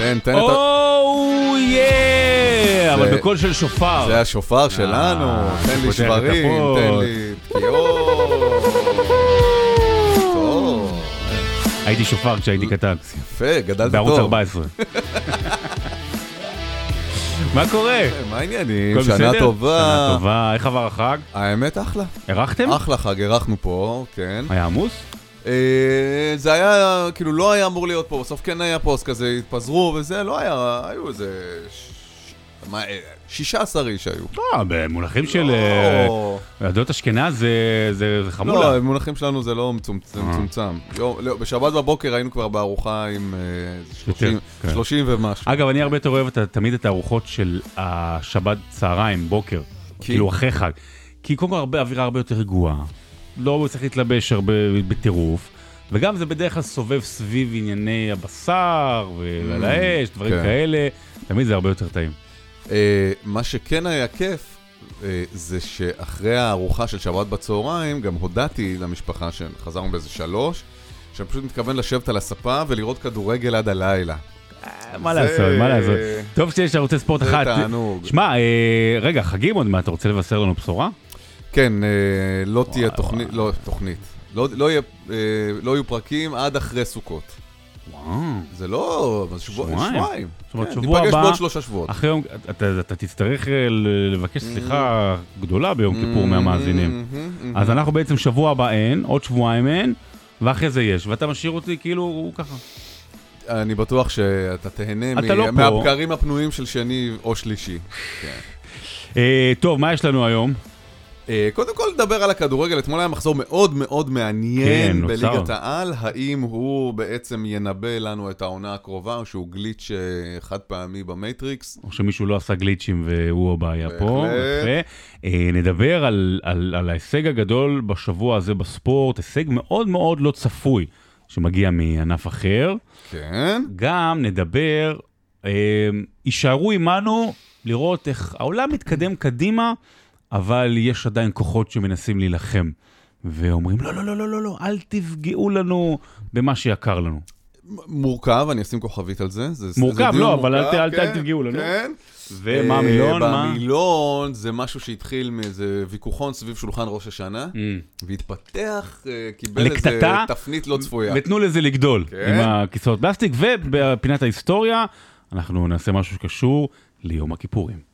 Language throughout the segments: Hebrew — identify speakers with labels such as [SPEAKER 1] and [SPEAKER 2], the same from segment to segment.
[SPEAKER 1] כן, תן את
[SPEAKER 2] או יא! אבל בקול של שופר.
[SPEAKER 1] זה השופר שלנו, תן לי שברים, תן לי טוב.
[SPEAKER 2] הייתי שופר כשהייתי קטן.
[SPEAKER 1] יפה, גדלת טוב.
[SPEAKER 2] בערוץ 14. מה קורה?
[SPEAKER 1] מה העניינים? שנה טובה.
[SPEAKER 2] שנה טובה, איך עבר החג?
[SPEAKER 1] האמת אחלה.
[SPEAKER 2] ערכתם?
[SPEAKER 1] אחלה חג, ערכנו פה, כן.
[SPEAKER 2] היה עמוס?
[SPEAKER 1] זה היה, כאילו לא היה אמור להיות פה, בסוף כן היה פה, אז כזה התפזרו וזה, לא היה, היו איזה 16 איש היו.
[SPEAKER 2] במונחים של עדות אשכנז זה חמולה.
[SPEAKER 1] לא, במונחים שלנו זה לא מצומצם. בשבת בבוקר היינו כבר בארוחה עם 30 ומשהו.
[SPEAKER 2] אגב, אני הרבה יותר אוהב תמיד את הארוחות של השבת צהריים, בוקר, כאילו אחרי חג. כי קודם כל אווירה הרבה יותר רגועה. לא צריך להתלבש הרבה בטירוף, וגם זה בדרך כלל סובב סביב ענייני הבשר ועל האש, דברים כאלה, תמיד זה הרבה יותר טעים.
[SPEAKER 1] מה שכן היה כיף, זה שאחרי הארוחה של שבת בצהריים, גם הודעתי למשפחה שחזרנו באיזה 3, שאני פשוט מתכוון לשבת על הספה ולראות כדורגל עד הלילה.
[SPEAKER 2] מה לעשות, מה לעשות. טוב שיש ערוצי ספורט אחת.
[SPEAKER 1] זה תענוג.
[SPEAKER 2] שמע, רגע, חגים עוד מה, אתה רוצה לבשר לנו בשורה?
[SPEAKER 1] כן, לא תהיה תוכנית. לא יהיו פרקים עד אחרי סוכות.
[SPEAKER 2] וואו.
[SPEAKER 1] זה לא, שבועיים.
[SPEAKER 2] זאת אומרת,
[SPEAKER 1] כן,
[SPEAKER 2] שבוע הבא,
[SPEAKER 1] ניפגש בעוד 3 שבועות.
[SPEAKER 2] אחרי יום, אתה תצטרך לבקש סליחה גדולה ביום כיפור מהמאזינים. אז אנחנו בעצם שבוע הבא אין, עוד שבועיים אין, ואחרי זה יש. ואתה משאיר אותי כאילו ככה.
[SPEAKER 1] אני בטוח שאתה תהנה מהבקרים הפנויים של שני או שלישי.
[SPEAKER 2] טוב, מה יש לנו היום?
[SPEAKER 1] קודם כל נדבר על הכדורגל, אתמול היה מחזור מאוד מאוד מעניין בליגת העל, האם הוא בעצם ינבא לנו את העונה הקרובה, או שהוא גליץ' חד פעמי במטריקס.
[SPEAKER 2] או שמישהו לא עשה גליצ'ים והוא הבעיה פה. נדבר על ההישג הגדול בשבוע הזה בספורט, הישג מאוד מאוד לא צפוי, שמגיע מענף אחר.
[SPEAKER 1] כן.
[SPEAKER 2] גם נדבר, יישארו עמנו לראות איך העולם מתקדם קדימה, אבל יש עדיין כוחות שמנסים להילחם, ואומרים, לא, לא, לא, לא, לא, אל תפגעו לנו במה שיקר לנו.
[SPEAKER 1] מורכב, אני אשים כוכבית על זה.
[SPEAKER 2] מורכב, לא, אבל אל תפגעו לנו.
[SPEAKER 1] כן.
[SPEAKER 2] ומה המילון?
[SPEAKER 1] במילון זה משהו שהתחיל מאיזה ויכוחון סביב שולחן ראש השנה, והתפתח, קיבל איזה תפנית לא צפויה.
[SPEAKER 2] ותנו לזה לגדול עם הכיסאות פלסטיק, ובפינת ההיסטוריה אנחנו נעשה משהו שקשור ליום הכיפורים.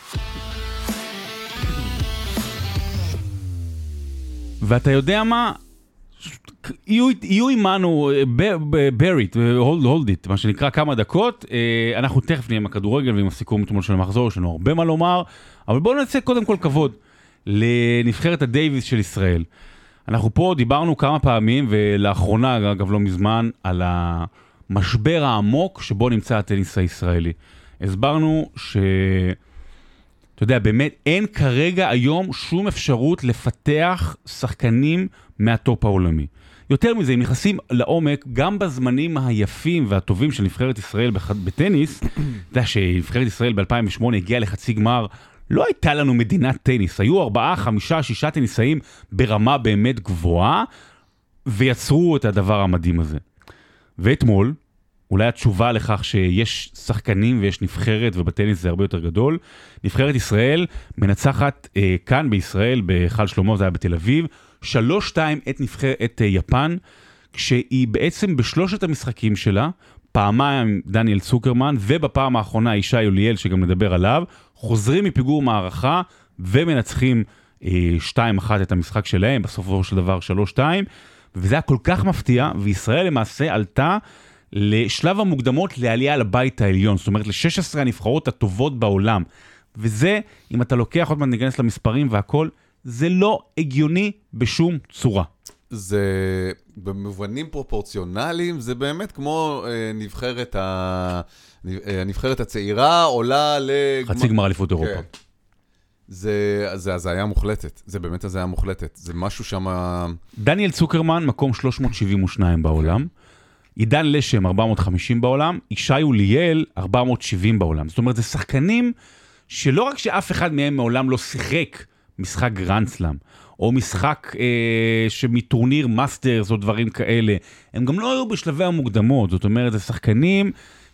[SPEAKER 2] ואתה יודע מה? יהיו עמנו, בריט, hold it, מה שנקרא כמה דקות, אנחנו תכף נהיה עם הכדורגל ועם הסיכום אתמול של המחזור, יש לנו הרבה מה לומר, אבל בואו נעשה קודם כל כבוד לנבחרת הדייביס של ישראל. אנחנו פה דיברנו כמה פעמים, ולאחרונה, אגב לא מזמן, על המשבר העמוק שבו נמצא הטניס הישראלי. הסברנו אתה יודע, באמת אין כרגע היום שום אפשרות לפתח שחקנים מהטופ העולמי. יותר מזה, אם נכנסים לעומק, גם בזמנים היפים והטובים של נבחרת ישראל בטניס, אתה יודע שנבחרת ישראל ב-2008 הגיעה לחצי גמר, לא הייתה לנו מדינת טניס, היו 4, 5, 6 טניסאים ברמה באמת גבוהה, ויצרו את הדבר המדהים הזה. ואתמול, אולי התשובה לכך שיש שחקנים ויש נבחרת, ובטניס זה הרבה יותר גדול. נבחרת ישראל מנצחת כאן בישראל, בחל שלמה, זה היה בתל אביב, 3-2 את יפן, כשהיא בעצם בשלושת המשחקים שלה, פעמיים דניאל צוקרמן, ובפעם האחרונה ישי יוליאל, שגם נדבר עליו, חוזרים מפיגור מערכה, ומנצחים 2-1 את המשחק שלהם, בסופו של דבר 3-2, וזה היה כל כך מפתיע, וישראל למעשה עלתה, לשלב המוקדמות לעלייה לבית העליון, זאת אומרת ל-16 הנבחרות הטובות בעולם. וזה, אם אתה לוקח עוד מעט ניכנס למספרים והכל, זה לא הגיוני בשום צורה.
[SPEAKER 1] זה במובנים פרופורציונליים, זה באמת כמו הנבחרת הצעירה עולה
[SPEAKER 2] חצי גמר אליפות אירופה. כן.
[SPEAKER 1] זה הזיה מוחלטת, זה באמת הזיה מוחלטת. זה משהו שם...
[SPEAKER 2] דניאל צוקרמן, מקום 372 בעולם. עידן לשם 450 בעולם, ישי יוליאל 470 בעולם. זאת אומרת, זה שחקנים שלא רק שאף אחד מהם מעולם לא שיחק משחק גרנד סלאם, או משחק שמטורניר מאסטרס או דברים כאלה, הם גם לא היו בשלבי המוקדמות. זאת אומרת, זה שחקנים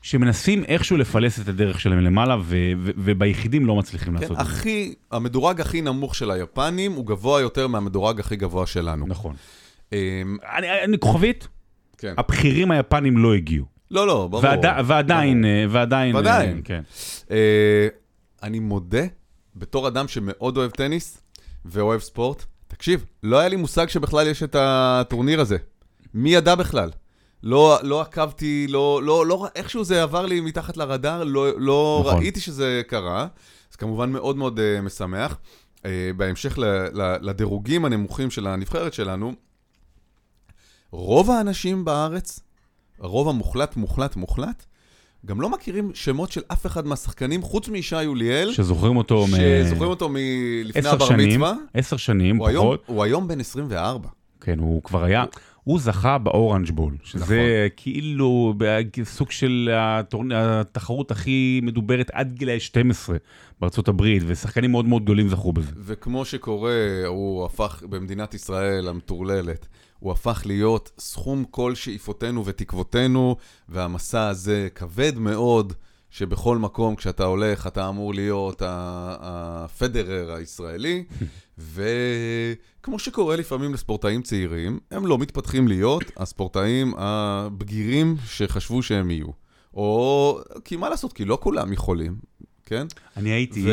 [SPEAKER 2] שמנסים איכשהו לפלס את הדרך שלהם למעלה, וביחידים לא מצליחים לעשות את זה.
[SPEAKER 1] המדורג הכי נמוך של היפנים הוא גבוה יותר מהמדורג הכי גבוה שלנו.
[SPEAKER 2] נכון. אני כוכבית, הבכירים היפנים לא הגיעו.
[SPEAKER 1] לא, ברור.
[SPEAKER 2] ועדיין, כן.
[SPEAKER 1] אני מודה, בתור אדם שמאוד אוהב טניס ואוהב ספורט, תקשיב, לא היה לי מושג שבכלל יש את הטורניר הזה. מי ידע בכלל? לא עקבתי, איכשהו זה עבר לי מתחת לרדאר, לא ראיתי שזה קרה, אז כמובן מאוד מאוד משמח. בהמשך לדירוגים הנמוכים של הנבחרת שלנו, רוב האנשים בארץ, הרוב המוחלט, גם לא מכירים שמות של אף אחד מהשחקנים, חוץ מאישה יוליאל,
[SPEAKER 2] שזוכרים אותו
[SPEAKER 1] מלפני הבר מצווה.
[SPEAKER 2] 10 שנים, פחות.
[SPEAKER 1] הוא היום בן 24.
[SPEAKER 2] כן, הוא כבר היה, הוא זכה באורנג' בול, שזה כאילו סוג של התחרות הכי מדוברת עד גיל 12 בארצות הברית, ושחקנים מאוד מאוד גדולים זכו בזה.
[SPEAKER 1] וכמו שקורה, הוא הפך במדינת ישראל המטורללת, הוא הפך להיות סכום כל שאיפותינו ותקוותינו, והמסע הזה כבד מאוד, שבכל מקום כשאתה הולך, אתה אמור להיות הפדרר הישראלי, וכמו שקורה לפעמים לספורטאים צעירים, הם לא מתפתחים להיות הספורטאים הבגירים שחשבו שהם יהיו. או, כי מה לעשות? כי לא כולם יכולים, כן?
[SPEAKER 2] אני הייתי...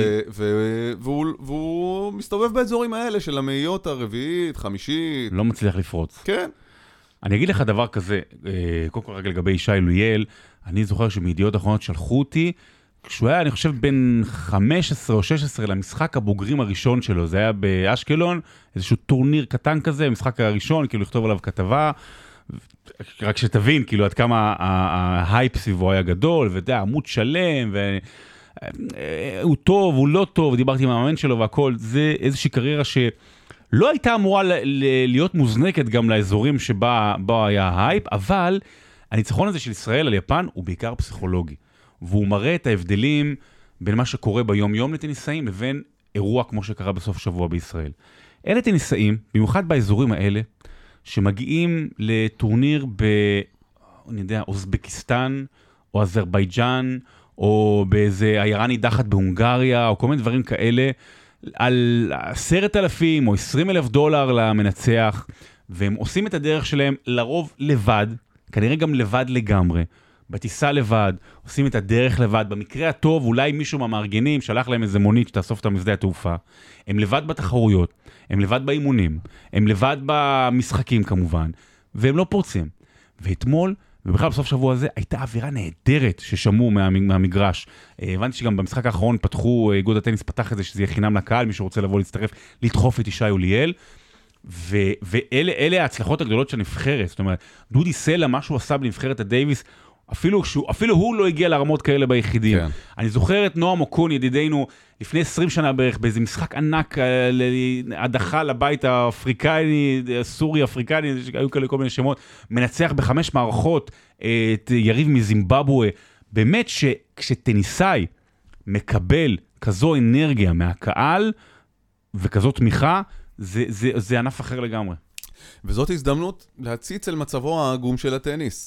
[SPEAKER 1] והוא מסתובב באזורים האלה של המאיות הרביעית, חמישית.
[SPEAKER 2] לא מצליח לפרוץ.
[SPEAKER 1] כן.
[SPEAKER 2] אני אגיד לך דבר כזה, קודם כל רק לגבי ישי לויאל, אני זוכר שמידיעות האחרונות שלחו אותי, כשהוא היה, אני חושב, בין 15 או 16 למשחק הבוגרים הראשון שלו, זה היה באשקלון, איזשהו טורניר קטן כזה, המשחק הראשון, כאילו לכתוב עליו כתבה, רק שתבין, כאילו, עד כמה ההייפ סביבו היה גדול, ואתה, עמוד שלם, הוא טוב, הוא לא טוב, דיברתי עם המאמן שלו והכל, זה איזושהי קריירה שלא הייתה אמורה להיות מוזנקת גם לאזורים שבה היה הייפ, אבל הניצחון הזה של ישראל על יפן הוא בעיקר פסיכולוגי, והוא מראה את ההבדלים בין מה שקורה ביום יום לטניסאים, לבין אירוע כמו שקרה בסוף שבוע בישראל. אלה טניסאים, במיוחד באזורים האלה, שמגיעים לטורניר אוזבקיסטן, או אזרבייג'אן, או באיזה עיירה נידחת בהונגריה, או כל מיני דברים כאלה, על 10,000 או 20,000 דולר למנצח, והם עושים את הדרך שלהם לרוב לבד, כנראה גם לבד לגמרי, בטיסה לבד, עושים את הדרך לבד, במקרה הטוב אולי מישהו מהמארגנים שלח להם איזה מונית שתאסוף אותם משדה התעופה, הם לבד בתחרויות, הם לבד באימונים, הם לבד במשחקים כמובן, והם לא פורצים. ואתמול, ובכלל בסוף שבוע הזה, הייתה אווירה נהדרת ששמעו מהמגרש. הבנתי שגם במשחק האחרון פתחו, איגוד הטניס פתח את זה שזה יהיה חינם לקהל, מי שרוצה לבוא להצטרף, לדחוף את ישי לויאל, ואלה ההצלחות הגדולות של הנבחרת. זאת אומרת, דודי סלע, מה שהוא עשה בנבחרת הדייביס, אפילו הוא לא הגיע לרמות כאלה ביחידים. כן. אני זוכר את נועם אוקון, ידידינו, לפני 20 שנה בערך, באיזה משחק ענק, הדחה לבית האפריקני, סורי אפריקני, היו כאלה כל מיני שמות, מנצח ב5 מערכות את יריב מזימבבואה. באמת שכשטניסאי מקבל כזו אנרגיה מהקהל, וכזו תמיכה, זה ענף אחר לגמרי.
[SPEAKER 1] וזאת הזדמנות להציץ אל מצבו העגום של הטניס.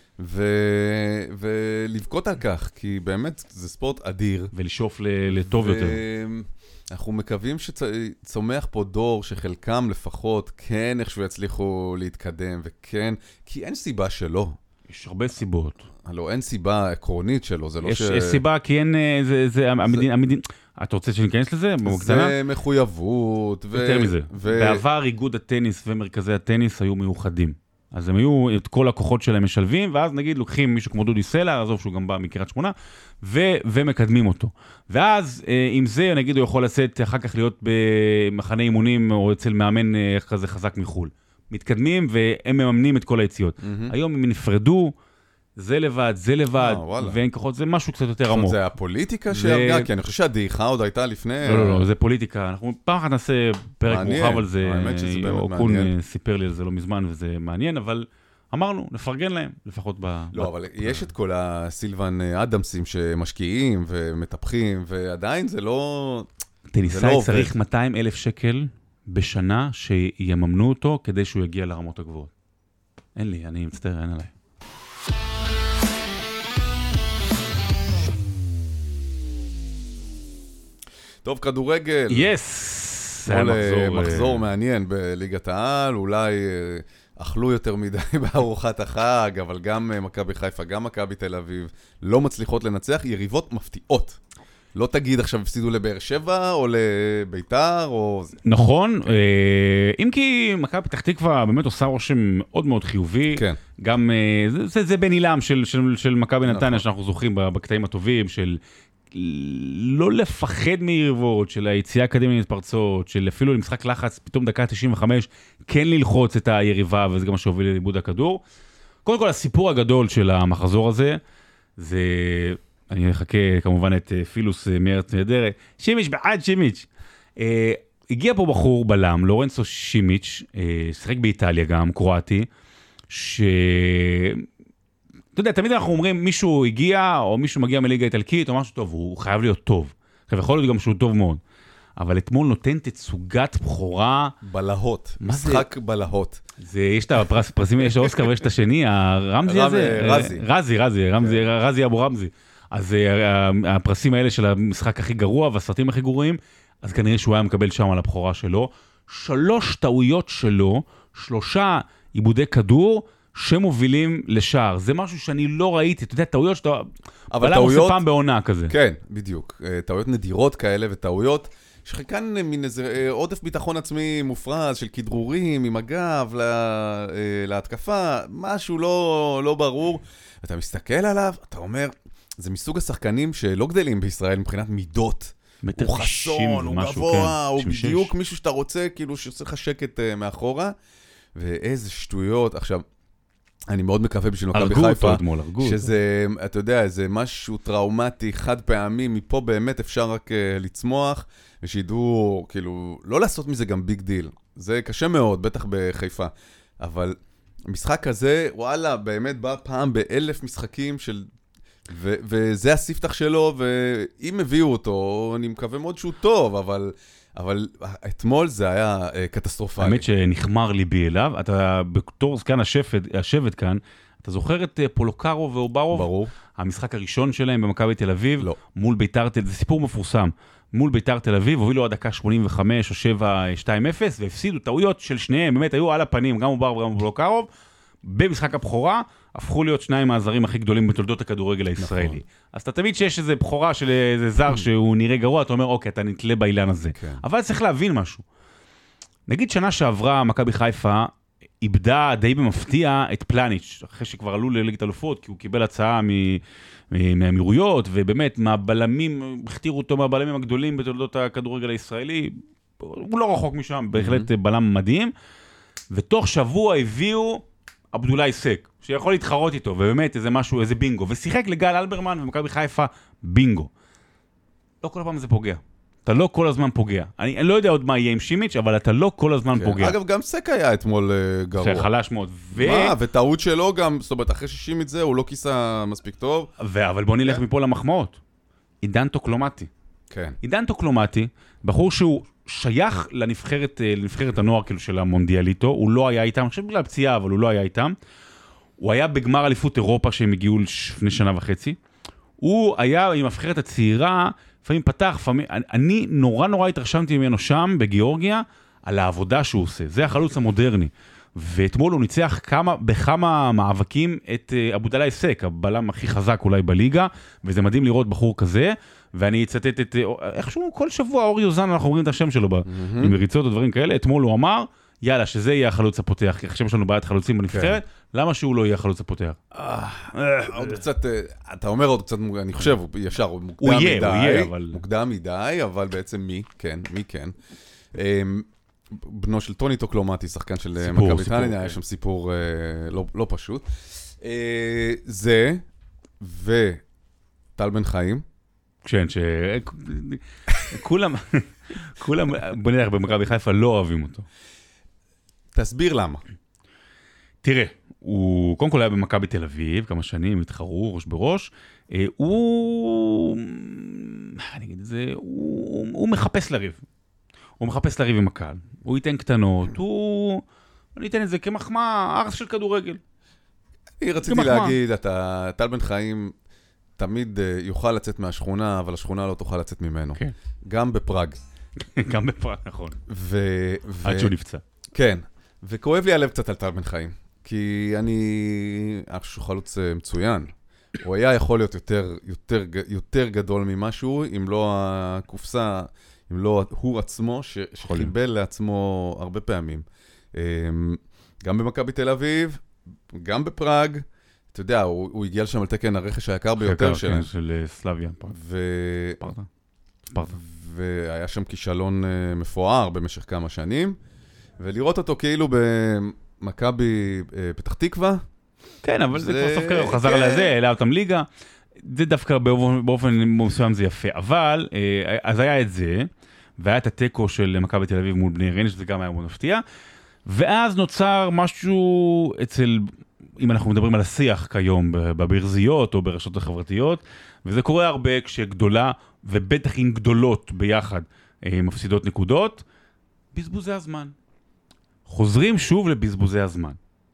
[SPEAKER 1] ולבכות על כך, כי באמת זה ספורט אדיר.
[SPEAKER 2] ולשאוף לטוב יותר.
[SPEAKER 1] אנחנו מקווים שצומח פה דור שחלקם לפחות כן איכשהו יצליחו להתקדם, וכן, כי אין סיבה שלא.
[SPEAKER 2] יש הרבה סיבות.
[SPEAKER 1] לא, אין סיבה עקרונית שלו, זה לא
[SPEAKER 2] יש סיבה כי אין, אתה רוצה שניכנס לזה?
[SPEAKER 1] זה מחויבות.
[SPEAKER 2] יותר מזה. בעבר איגוד הטניס ומרכזי הטניס היו מיוחדים. אז הם היו את כל הכוחות שלהם משלבים, ואז נגיד לוקחים מישהו כמו דודי סלע, עזוב שהוא גם בא מקריית שמונה, ומקדמים אותו. ואז עם זה נגיד הוא יכול לצאת אחר כך להיות במחנה אימונים, או אצל מאמן כזה חזק מחול. מתקדמים והם מממנים את כל היציאות. היום הם נפרדו, זה לבד, ואין כוחות, זה משהו קצת יותר עמוק.
[SPEAKER 1] זה הפוליטיקה שהרגע, כי אני חושב שהדעיכה עוד הייתה לפני...
[SPEAKER 2] לא, זה פוליטיקה. אנחנו פעם אחת נעשה פרק מורחב על זה.
[SPEAKER 1] האמת שזה באמת מעניין.
[SPEAKER 2] אוקון סיפר לי על זה לא מזמן, וזה מעניין, אבל אמרנו, נפרגן להם, לפחות
[SPEAKER 1] לא, אבל יש את כל הסילבן אדמסים שמשקיעים ומטפחים, ועדיין זה לא...
[SPEAKER 2] טניסאי צריך 200,000 שקל בשנה שיממנו אותו כדי שהוא יגיע לרמות הגבוהות. אין לי, אני מצטער, אין עליי.
[SPEAKER 1] טוב, כדורגל.
[SPEAKER 2] יס! זה היה
[SPEAKER 1] מחזור מעניין בליגת העל, אולי אכלו יותר מדי בארוחת החג, אבל גם מכבי חיפה, גם מכבי תל אביב, לא מצליחות לנצח, יריבות מפתיעות. לא תגיד עכשיו הפסידו לבאר שבע, או לביתר, או...
[SPEAKER 2] נכון, אם כי מכבי פתח תקווה באמת עושה רושם מאוד מאוד חיובי.
[SPEAKER 1] כן.
[SPEAKER 2] גם, זה בין עילם של מכבי נתניה, שאנחנו זוכים בקטעים הטובים, של לא לפחד מיריבות, של היציאה אקדמית להתפרצות, של אפילו למשחק לחץ, פתאום דקה 95, כן ללחוץ את היריבה, וזה גם מה שהוביל לאיבוד הכדור. קודם כל, הסיפור הגדול של המחזור הזה, זה... אני מחכה כמובן את פילוס מארץ נהדרת. שימיץ' בעד שימיץ'. הגיע פה בחור בלם, לורנסו שימיץ', שחק באיטליה גם, קרואטי, אתה יודע, תמיד אנחנו אומרים, מישהו הגיע, או מישהו מגיע מליגה איטלקית, או משהו טוב, הוא חייב להיות טוב. יכול להיות גם שהוא טוב מאוד. אבל אתמול נותן תצוגת בחורה...
[SPEAKER 1] בלהות, משחק בלהות.
[SPEAKER 2] יש את הפרסים, יש האוסקר ויש את השני, הרמזי הזה? רזי אבו רמזי. אז הפרסים האלה של המשחק הכי גרוע והסרטים הכי גרועים, אז כנראה שהוא היה מקבל שם על הבחורה שלו. 3 טעויות שלו, 3 עיבודי כדור, שמובילים לשער. זה משהו שאני לא ראיתי, אתה יודע, טעויות שאתה... אבל עושה פעם בעונה כזה.
[SPEAKER 1] כן, בדיוק. טעויות נדירות כאלה וטעויות, שחלקן מין איזה עודף ביטחון עצמי מופרז של כדרורים עם הגב להתקפה, משהו לא ברור. אתה מסתכל עליו, אתה אומר, זה מסוג השחקנים שלא גדלים בישראל מבחינת מידות. הוא חסון, הוא גבוה, הוא בדיוק מישהו שאתה רוצה, כאילו שעושה לך שקט מאחורה. ואיזה שטויות. עכשיו, אני מאוד מקווה בשביל מכבי חיפה, שזה, אתה יודע, זה משהו טראומטי, חד פעמי, מפה באמת אפשר רק לצמוח, ושידעו, כאילו, לא לעשות מזה גם ביג דיל. זה קשה מאוד, בטח בחיפה. אבל המשחק הזה, וואלה, באמת בא פעם ב1000 משחקים של... וזה הספתח שלו, ואם הביאו אותו, אני מקווה מאוד שהוא טוב, אבל אתמול זה היה קטסטרופלי.
[SPEAKER 2] האמת שנחמר ליבי אליו, אתה בתור זקן השבט כאן, אתה זוכר את פולוקרוב ואוברוב?
[SPEAKER 1] ברור.
[SPEAKER 2] המשחק הראשון שלהם במכבי תל אביב,
[SPEAKER 1] לא.
[SPEAKER 2] מול ביתר, זה סיפור מפורסם, מול ביתר תל אביב, הובילו עד דקה 85 או 7, 2-0, והפסידו טעויות של שניהם, באמת היו על הפנים, גם אוברוב וגם פולוקרוב, במשחק הבכורה, הפכו להיות 2 מהזרים הכי גדולים בתולדות הכדורגל הישראלי. נכון. אז אתה תמיד שיש איזו בחורה של איזה זר שהוא נראה גרוע, אתה אומר, אוקיי, אתה נתלה באילן הזה. כן. אבל צריך להבין משהו. נגיד שנה שעברה, מכבי חיפה איבדה די במפתיע את פלניץ', אחרי שכבר עלו לליגת אלופות, כי הוא קיבל הצעה מהאמירויות, ובאמת, מהבלמים, הכתירו אותו מהבלמים הגדולים בתולדות הכדורגל הישראלי, הוא לא רחוק משם, בהחלט בלם מדהים, ותוך שבוע הביאו עבדולאי סק, שיכול להתחרות איתו, ובאמת איזה משהו, איזה בינגו, ושיחק לגל אלברמן ומכבי חיפה בינגו. לא כל הפעם זה פוגע. אתה לא כל הזמן פוגע. אני לא יודע עוד מה יהיה עם שימיץ', אבל אתה לא כל הזמן פוגע.
[SPEAKER 1] אגב, גם סק היה אתמול גרוע.
[SPEAKER 2] שחלש מאוד.
[SPEAKER 1] וטעות שלו גם, זאת אומרת, אחרי ששימיץ' זה, הוא לא כיסה מספיק טוב.
[SPEAKER 2] אבל בוא נלך מפה למחמאות. עידן טוקלומטי.
[SPEAKER 1] כן.
[SPEAKER 2] עידן טוקלומטי, בחור שהוא שייך לנבחרת הנוער כאילו של המונדיאליטו, הוא לא היה איתם, אני חושב בגלל פציעה, אבל הוא לא היה איתם. הוא היה בגמר אליפות אירופה שהם הגיעו לפני 1.5 שנה. הוא היה עם הנבחרת הצעירה, לפעמים פתח, אני נורא התרשמתי ממנו שם בגיאורגיה, על העבודה שהוא עושה. זה החלוץ המודרני. ואתמול הוא ניצח בכמה מאבקים את עבדולאי סק, הבלם הכי חזק אולי בליגה, וזה מדהים לראות בחור כזה, ואני אצטט את, איכשהו כל שבוע אורי יוזן אנחנו אומרים את השם שלו, עם מריצות או דברים כאלה, אתמול הוא אמר, יאללה, שזה יהיה החלוץ הפותח, כי עכשיו יש לנו בעיית חלוצים בנבחרת, למה שהוא לא יהיה החלוץ הפותח?
[SPEAKER 1] עוד קצת, אתה אומר עוד קצת, אני חושב, ישר, הוא מוקדם מדי, מוקדם מדי, אבל בעצם מי כן. בנו של טוני טוקלומטי, שחקן של מכבי נתניה, היה שם סיפור לא פשוט. זה, וטל בן חיים.
[SPEAKER 2] כן, שכולם, בוא נלך במכבי חיפה, לא אוהבים אותו.
[SPEAKER 1] תסביר למה.
[SPEAKER 2] תראה, הוא קודם כל היה במכבי תל אביב, כמה שנים, התחרו ראש בראש, הוא מחפש לריב. הוא מחפש לריב עם הקהל. הוא ייתן קטנות, אני אתן את זה כמחמאה, ארס של כדורגל.
[SPEAKER 1] רציתי להגיד, טל בן חיים, תמיד יוכל לצאת מהשכונה, אבל השכונה לא תוכל לצאת ממנו.
[SPEAKER 2] כן.
[SPEAKER 1] גם בפראג.
[SPEAKER 2] גם בפראג, נכון. עד שהוא נפצע.
[SPEAKER 1] כן, וכואב לי הלב קצת על טל בן חיים, כי אני חושב שהוא חלוץ מצוין. הוא היה יכול להיות יותר גדול ממשהו, אם לא הקופסה, אם לא הוא עצמו, שחיבל לעצמו הרבה פעמים. גם במכבי תל אביב, גם בפראג, אתה יודע, הוא הגיע לשם על תקן הרכש היקר ביותר שלהם.
[SPEAKER 2] של סלאביה. ספרטה.
[SPEAKER 1] והיה שם כישלון מפואר במשך כמה שנים, ולראות אותו כאילו במכבי פתח תקווה.
[SPEAKER 2] כן, אבל זה כבר סוף קריירה, הוא חזר לזה, העלה אותם ליגה. זה דווקא באופן מסוים זה יפה. אבל, אז היה את זה, והיה את הטקו של מכבי תל אביב מול בני ריינה, שזה גם היה מאוד מפתיע. ואז נוצר משהו אצל, אם אנחנו מדברים על השיח כיום, בברזיות או ברשתות החברתיות, וזה קורה הרבה כשגדולה, ובטח עם גדולות ביחד, מפסידות נקודות, בזבוזי הזמן. חוזרים שוב לבזבוזי הזמן.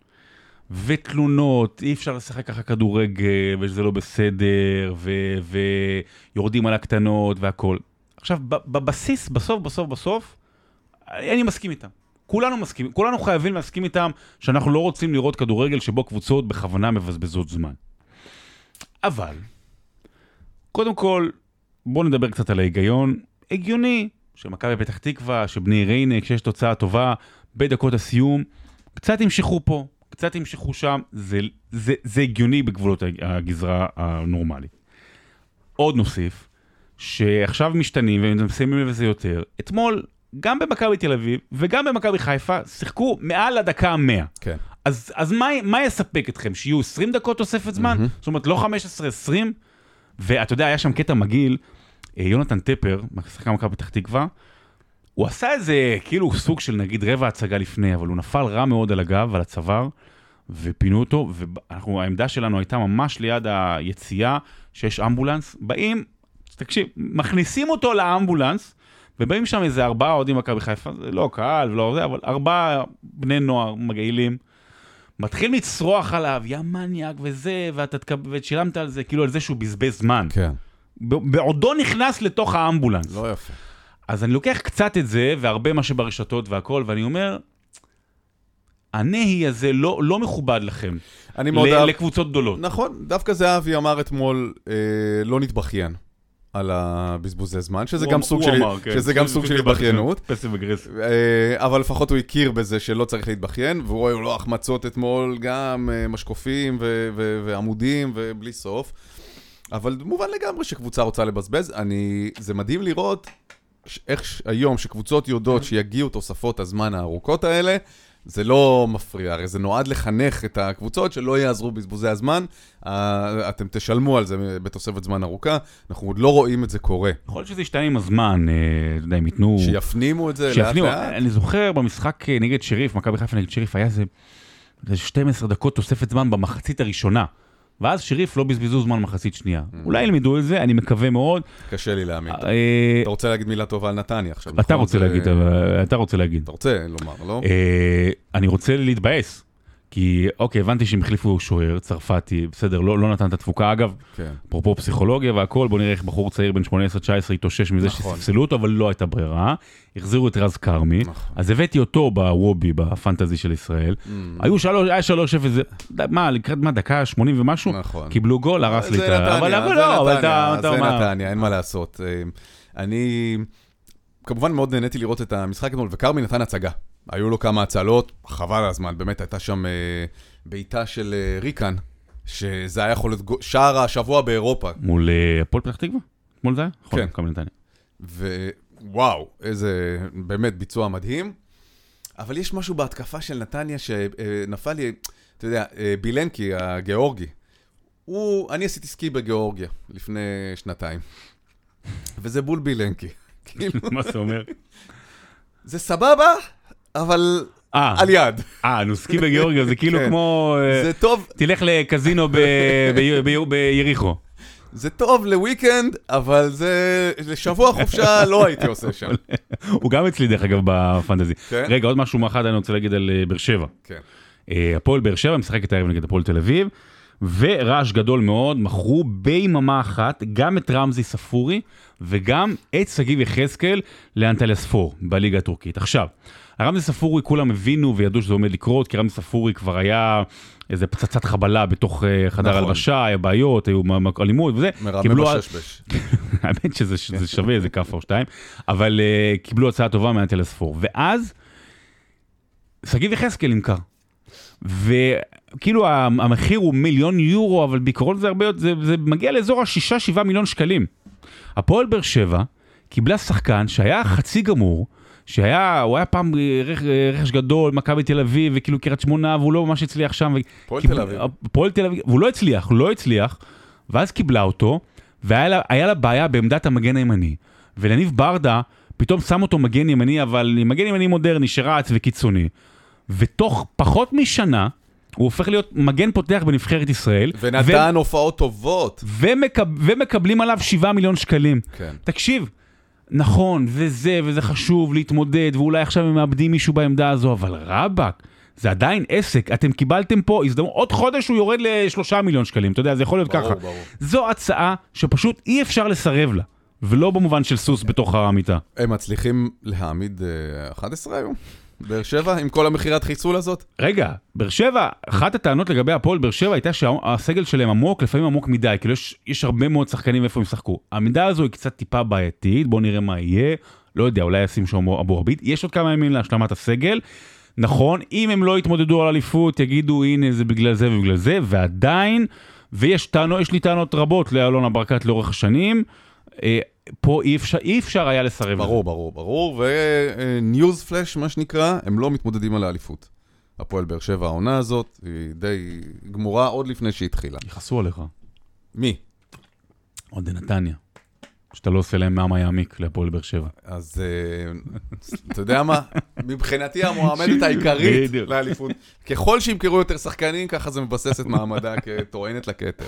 [SPEAKER 2] ותלונות, אי אפשר לשחק ככה כדורגל, ושזה לא בסדר, ויורדים על הקטנות והכל. עכשיו, בבסיס, בסוף, אני מסכים איתם. כולנו חייבים להסכים איתם שאנחנו לא רוצים לראות כדורגל שבו קבוצות בכוונה מבזבזות זמן. אבל, קודם כל, בואו נדבר קצת על ההיגיון. הגיוני שמכבי פתח תקווה, שבני ריינה, כשיש תוצאה טובה, בדקות הסיום, קצת ימשכו פה, קצת ימשכו שם, זה הגיוני בגבולות הגזרה הנורמלית. עוד נוסיף, שעכשיו משתנים, והם שמים לב לזה יותר, אתמול, גם במכבי תל אביב, וגם במכבי חיפה, שיחקו מעל לדקה 100.
[SPEAKER 1] כן.
[SPEAKER 2] אז מה יספק אתכם? שיהיו 20 דקות תוספת זמן? זאת אומרת, לא 15-20? ואתה יודע, היה שם קטע מגעיל, יונתן טפר, שחקן מכבי פתח תקווה, הוא עשה איזה, כאילו, סוג של נגיד רבע הצגה לפני, אבל הוא נפל רע מאוד על הגב, על הצוואר, ופינו אותו, והעמדה שלנו הייתה ממש ליד היציאה, שיש אמבולנס, באים, תקשיב, מכניסים אותו לאמבולנס, ובאים שם איזה 4 אוהדים מכבי חיפה, זה לא קהל ולא זה, אבל 4 בני נוער מגעילים, מתחיל לצרוח עליו, יא מניאק וזה, ושילמת על זה, כאילו על זה שהוא בזבז זמן. כן. בעודו נכנס לתוך האמבולנס.
[SPEAKER 1] לא יפה.
[SPEAKER 2] אז אני לוקח קצת את זה, והרבה מה שברשתות והכל, ואני אומר, הנהי הזה לא מכובד לכם, לקבוצות גדולות.
[SPEAKER 1] נכון, דווקא זה אבי אמר אתמול, לא נתבכיין על הבזבוזי זמן, שזה גם סוג של התבכיינות.
[SPEAKER 2] פסיב אגרסיב.
[SPEAKER 1] אבל לפחות הוא הכיר בזה שלא צריך להתבכיין, והוא רואה לו החמצות אתמול, גם משקופים ועמודים ובלי סוף. אבל מובן לגמרי שקבוצה רוצה לבזבז. זה מדהים לראות איך היום שקבוצות יודעות שיגיעו תוספות הזמן הארוכות האלה, זה לא מפריע, הרי זה נועד לחנך את הקבוצות שלא יעזרו בזבוזי הזמן, אתם תשלמו על זה בתוספת זמן ארוכה, אנחנו עוד לא רואים את זה קורה.
[SPEAKER 2] יכול להיות שזה ישתנה עם הזמן, הם ייתנו...
[SPEAKER 1] שיפנימו את זה לאט לאט.
[SPEAKER 2] אני זוכר במשחק נגד שריף, מכבי חיפה נגד שריף, היה זה 12 דקות תוספת זמן במחצית הראשונה, ואז שריף לא בזבזו זמן מחצית שנייה. אולי ילמדו את זה, אני מקווה מאוד.
[SPEAKER 1] קשה לי להאמין. אתה רוצה להגיד מילה טובה על נתניה עכשיו?
[SPEAKER 2] אתה רוצה להגיד.
[SPEAKER 1] אתה רוצה לומר, לא?
[SPEAKER 2] אני רוצה להתבאס. כי, אוקיי, הבנתי שהם החליפו שוער, צרפתי, בסדר, לא נתן את התפוקה. אגב, אפרופו פסיכולוגיה והכל, בוא נראה איך בחור צעיר בין 18-19 התאושש מזה שספסלו אותו, אבל לא הייתה ברירה. החזירו את רז קרמי, אז הבאתי אותו בוובי, בפנטזי של ישראל. היה 3-0, מה, לקראת מה, דקה 80 ומשהו? קיבלו גול, הרס לי את ה...
[SPEAKER 1] זה נתניה, אין מה לעשות. אני, כמובן מאוד נהניתי לראות את המשחק אתמול, וקרמי נתן הצגה. היו לו כמה הצלות, חבל הזמן, באמת הייתה שם בעיטה של ריקן, שזה היה יכול להיות שער השבוע באירופה.
[SPEAKER 2] מול הפועל פתח תקווה? מול זה?
[SPEAKER 1] כן. ווואו, איזה באמת ביצוע מדהים. אבל יש משהו בהתקפה של נתניה שנפל לי, אתה יודע, בילנקי, הגיאורגי. אני עשיתי סקי בגיאורגיה לפני 2 וזה בול בילנקי.
[SPEAKER 2] מה זה אומר?
[SPEAKER 1] זה סבבה, אבל על יד.
[SPEAKER 2] נוסקי בגיאורגיה, זה כאילו כמו...
[SPEAKER 1] זה טוב.
[SPEAKER 2] תלך לקזינו ביריחו.
[SPEAKER 1] זה טוב לוויקנד, אבל זה לשבוע חופשה לא הייתי עושה שם.
[SPEAKER 2] הוא גם אצלי דרך אגב בפנטזי. רגע, עוד משהו מאחד אני רוצה להגיד על באר שבע. הפועל באר שבע משחק את הערב נגד הפועל תל אביב, ורעש גדול מאוד, מכרו ביממה אחת גם את רמזי ספורי, וגם את שגיב יחזקאל לאנטלספור בליגה הטורקית. עכשיו, רמזי ספורי כולם הבינו וידעו שזה עומד לקרות, כי רמזי ספורי כבר היה איזה פצצת חבלה בתוך חדר הלבשה, היה בעיות, היו אלימות וזה.
[SPEAKER 1] מרמם בששבש.
[SPEAKER 2] האמת שזה שווה איזה כף או שתיים, אבל קיבלו הצעה טובה מאנטלספור. ואז שגיב יחזקאל נמכר. וכאילו המחיר הוא 1,000,000 יורו, אבל בעיקרון זה הרבה, זה מגיע לאזור ה6-7 מיליון שקלים. הפועל באר שבע קיבלה שחקן שהיה חצי גמור, הוא היה פעם רכש גדול, מכבי תל אביב, וכאילו קריית שמונה, והוא לא ממש הצליח שם. פועל תל אביב, והוא לא הצליח, ואז קיבלה אותו, והיה לה בעיה בעמדת המגן הימני. ולניב ברדה, פתאום שם אותו מגן ימני, אבל מגן ימני מודרני, שרץ וקיצוני. ותוך פחות משנה, הוא הופך להיות מגן פותח בנבחרת ישראל.
[SPEAKER 1] ונתן הופעות טובות.
[SPEAKER 2] ומקבלים עליו 7 מיליון שקלים.
[SPEAKER 1] כן.
[SPEAKER 2] תקשיב, נכון, וזה חשוב להתמודד, ואולי עכשיו הם מאבדים מישהו בעמדה הזו, אבל רבק, זה עדיין עסק. אתם קיבלתם פה הזדמנות, עוד חודש הוא יורד ל3 מיליון שקלים. אתה יודע, זה יכול להיות ככה.
[SPEAKER 1] ברור.
[SPEAKER 2] זו הצעה שפשוט אי אפשר לסרב לה. ולא במובן של סוס בתוך המיטה.
[SPEAKER 1] הם מצליחים להעמיד 11 היום? באר שבע, עם כל המחירת חיסול הזאת?
[SPEAKER 2] רגע, באר שבע, אחת הטענות לגבי הפועל באר שבע הייתה שהסגל שלהם עמוק, לפעמים עמוק מדי, כאילו יש הרבה מאוד שחקנים איפה הם שחקו. העמידה הזו היא קצת טיפה בעייתית, בואו נראה מה יהיה, לא יודע, אולי ישים שם אבו עביד, יש עוד כמה ימים להשלמת הסגל, נכון, אם הם לא יתמודדו על אליפות, יגידו הנה זה בגלל זה ובגלל זה, ועדיין, יש לי טענות רבות לאלונה ברקת לאורך השנים, פה אי אפשר היה לסרב.
[SPEAKER 1] ברור, וניוז פלאש, מה שנקרא, הם לא מתמודדים על האליפות. הפועל באר שבע, העונה הזאת, היא די גמורה עוד לפני שהתחילה.
[SPEAKER 2] יחסו עליך.
[SPEAKER 1] מי?
[SPEAKER 2] עוד נתניה. שאתה לא עושה להם מאמה יעמיק להפועל באר שבע.
[SPEAKER 1] אז אתה יודע מה? מבחינתי המועמדת העיקרית לאליפות. ככל שימכרו יותר שחקנים, ככה זה מבסס את מעמדה כטוענת לכתר.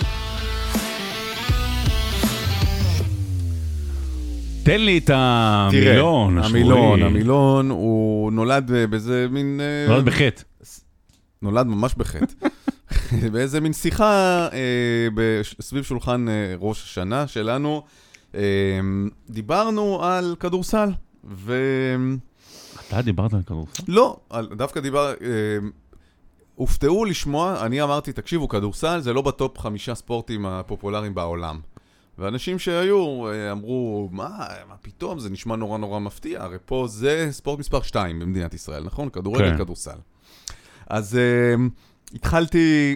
[SPEAKER 2] תן לי את המילון.
[SPEAKER 1] המילון, הוא נולד באיזה מין...
[SPEAKER 2] נולד בחטא.
[SPEAKER 1] נולד ממש בחטא. באיזה מין שיחה סביב שולחן ראש השנה שלנו. דיברנו על כדורסל.
[SPEAKER 2] אתה דיברת על כדורסל?
[SPEAKER 1] לא, דווקא הופתעו לשמוע, אני אמרתי, תקשיבו, כדורסל זה לא בטופ 5 ספורטים הפופולריים בעולם. ואנשים שהיו אמרו, מה פתאום, זה נשמע נורא נורא מפתיע, הרי פה זה ספורט מספר 2 במדינת ישראל, נכון? כדורגל, כדורסל. אז התחלתי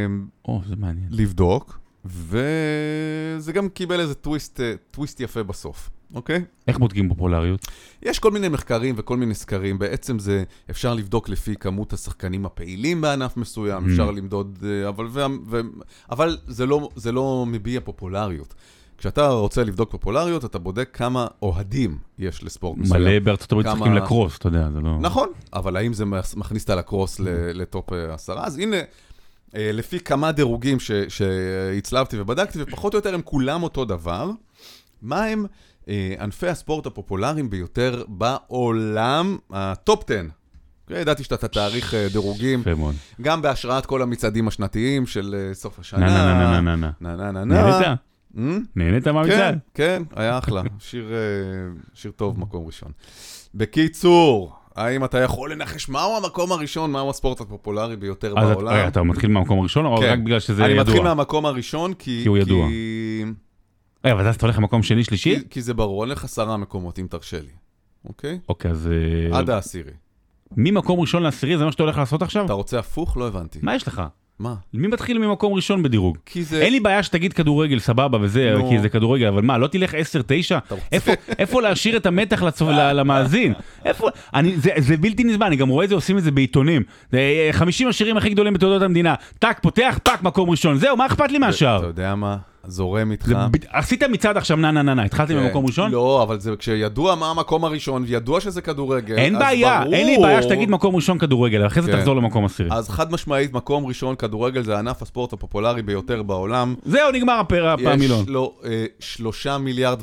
[SPEAKER 1] לבדוק, וזה גם קיבל איזה טוויסט יפה בסוף, אוקיי?
[SPEAKER 2] איך בודקים פופולריות?
[SPEAKER 1] יש כל מיני מחקרים וכל מיני סקרים, בעצם זה אפשר לבדוק לפי כמות השחקנים הפעילים בענף מסוים, אפשר למדוד, אבל זה לא מביע פופולריות. כשאתה רוצה לבדוק פופולריות, אתה בודק כמה אוהדים יש לספורט מסוים.
[SPEAKER 2] מלא בארצות הברית שחקים לקרוס, אתה יודע, זה לא...
[SPEAKER 1] נכון, אבל האם זה מכניס את הלקרוס לטופ 10? אז הנה, לפי כמה דירוגים שהצלבתי ובדקתי, ופחות או יותר הם כולם אותו דבר, מה הם ענפי הספורט הפופולריים ביותר בעולם, הטופ 10. ידעתי שאתה תאריך דירוגים, גם בהשראת כל המצעדים השנתיים של סוף השנה.
[SPEAKER 2] נהנית? נהנית מהמצעד?
[SPEAKER 1] כן, היה אחלה. שיר טוב, מקום ראשון. בקיצור, האם אתה יכול לנחש מהו המקום הראשון, מהו הספורט הפופולרי ביותר בעולם?
[SPEAKER 2] אתה מתחיל מהמקום הראשון, או רק בגלל שזה ידוע?
[SPEAKER 1] אני מתחיל מהמקום הראשון, כי
[SPEAKER 2] הוא ידוע. אבל אז אתה הולך למקום שני, שלישי?
[SPEAKER 1] כי זה ברור, אני לך 10 מקומות, אם תרשה לי. אוקיי?
[SPEAKER 2] אוקיי, אז...
[SPEAKER 1] עד העשירי.
[SPEAKER 2] ממקום ראשון לעשירי, זה מה שאתה הולך לעשות עכשיו?
[SPEAKER 1] אתה רוצה הפוך? לא הבנתי.
[SPEAKER 2] מה יש לך?
[SPEAKER 1] מה?
[SPEAKER 2] מי מתחיל ממקום ראשון בדירוג?
[SPEAKER 1] כי זה...
[SPEAKER 2] אין לי בעיה שתגיד כדורגל, סבבה, וזה, כי זה כדורגל, אבל מה, לא תלך 10-9? איפה להשאיר את המתח למאזין? זה בלתי נסבל, אני גם רואה את זה, עושים את זה בעיתונים. 50 השירים הכי גדולים בתולדות המדינה. טק, פותח, פק, מקום ראשון. זהו, מה אכפת לי מהשאר?
[SPEAKER 1] אתה יודע מה? זורם איתך.
[SPEAKER 2] עשית מצד עכשיו, נה, התחלתי ממקום ראשון?
[SPEAKER 1] לא, אבל זה כשידוע מה המקום הראשון, וידוע שזה כדורגל,
[SPEAKER 2] אין בעיה, אין לי בעיה שתגיד מקום ראשון כדורגל, אחרי זה תחזור למקום עשירי.
[SPEAKER 1] אז חד משמעית, מקום ראשון כדורגל זה ענף הספורט הפופולרי ביותר בעולם.
[SPEAKER 2] זהו, נגמר הפעמילון.
[SPEAKER 1] יש לו 3.5 מיליארד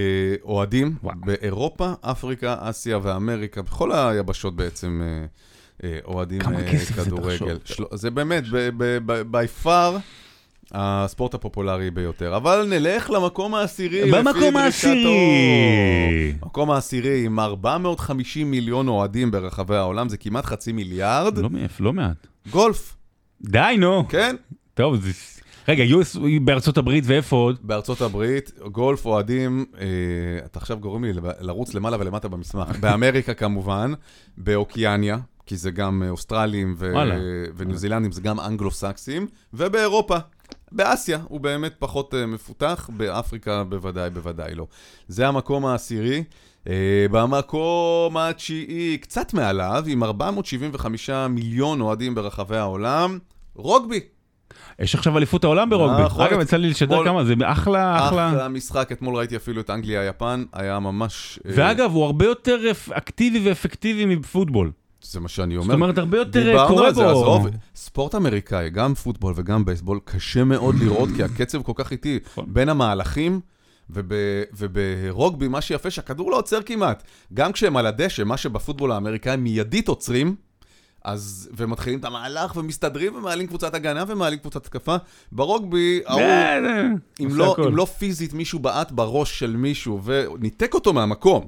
[SPEAKER 1] אוהדים באירופה, אפריקה, אסיה ואמריקה, בכל היבשות בעצם אוהדים
[SPEAKER 2] כמה כסף זה
[SPEAKER 1] כדורגל.
[SPEAKER 2] תחשוב.
[SPEAKER 1] זה באמת, by far, הספורט הפופולרי ביותר. אבל נלך למקום העשירי.
[SPEAKER 2] במקום העשירי.
[SPEAKER 1] מקום העשירי עם 450 מיליון אוהדים ברחבי העולם, זה כמעט 500 מיליארד.
[SPEAKER 2] לא מעט.
[SPEAKER 1] גולף.
[SPEAKER 2] די, נו.
[SPEAKER 1] כן.
[SPEAKER 2] טוב, רגע, בארצות הברית ואיפה עוד?
[SPEAKER 1] בארצות הברית, גולף אוהדים, אתה עכשיו גורם לי לרוץ למעלה ולמטה במסמך. באמריקה כמובן, באוקיאניה, כי זה גם אוסטרלים וניו זילנדים, זה גם אנגלו-סקסים, ובאירופה. באסיה הוא באמת פחות מפותח, באפריקה בוודאי לא. זה המקום העשירי. במקום התשיעי, קצת מעליו, עם 475 מיליון אוהדים ברחבי העולם, רוגבי.
[SPEAKER 2] יש עכשיו אליפות העולם ברוגבי. אגב, יצא לי לשדר כמה, זה אחלה
[SPEAKER 1] משחק, אתמול ראיתי אפילו את אנגליה-יפן, היה ממש...
[SPEAKER 2] ואגב, הוא הרבה יותר אקטיבי ואפקטיבי מפוטבול.
[SPEAKER 1] זה מה שאני אומר.
[SPEAKER 2] זאת אומרת, הרבה יותר קורה בו.
[SPEAKER 1] עזוב, ספורט אמריקאי, גם פוטבול וגם בייסבול, קשה מאוד לראות, כי הקצב כל כך איטי בין המהלכים, וברוגבי, מה שיפה, שהכדור לא עוצר כמעט. גם כשהם על הדשא, מה שבפוטבול האמריקאי מיידית עוצרים, ומתחילים את המהלך ומסתדרים ומעלים קבוצת הגנה ומעלים קבוצת התקפה. ברוגבי, אם לא פיזית מישהו בעט בראש של מישהו וניתק אותו מהמקום,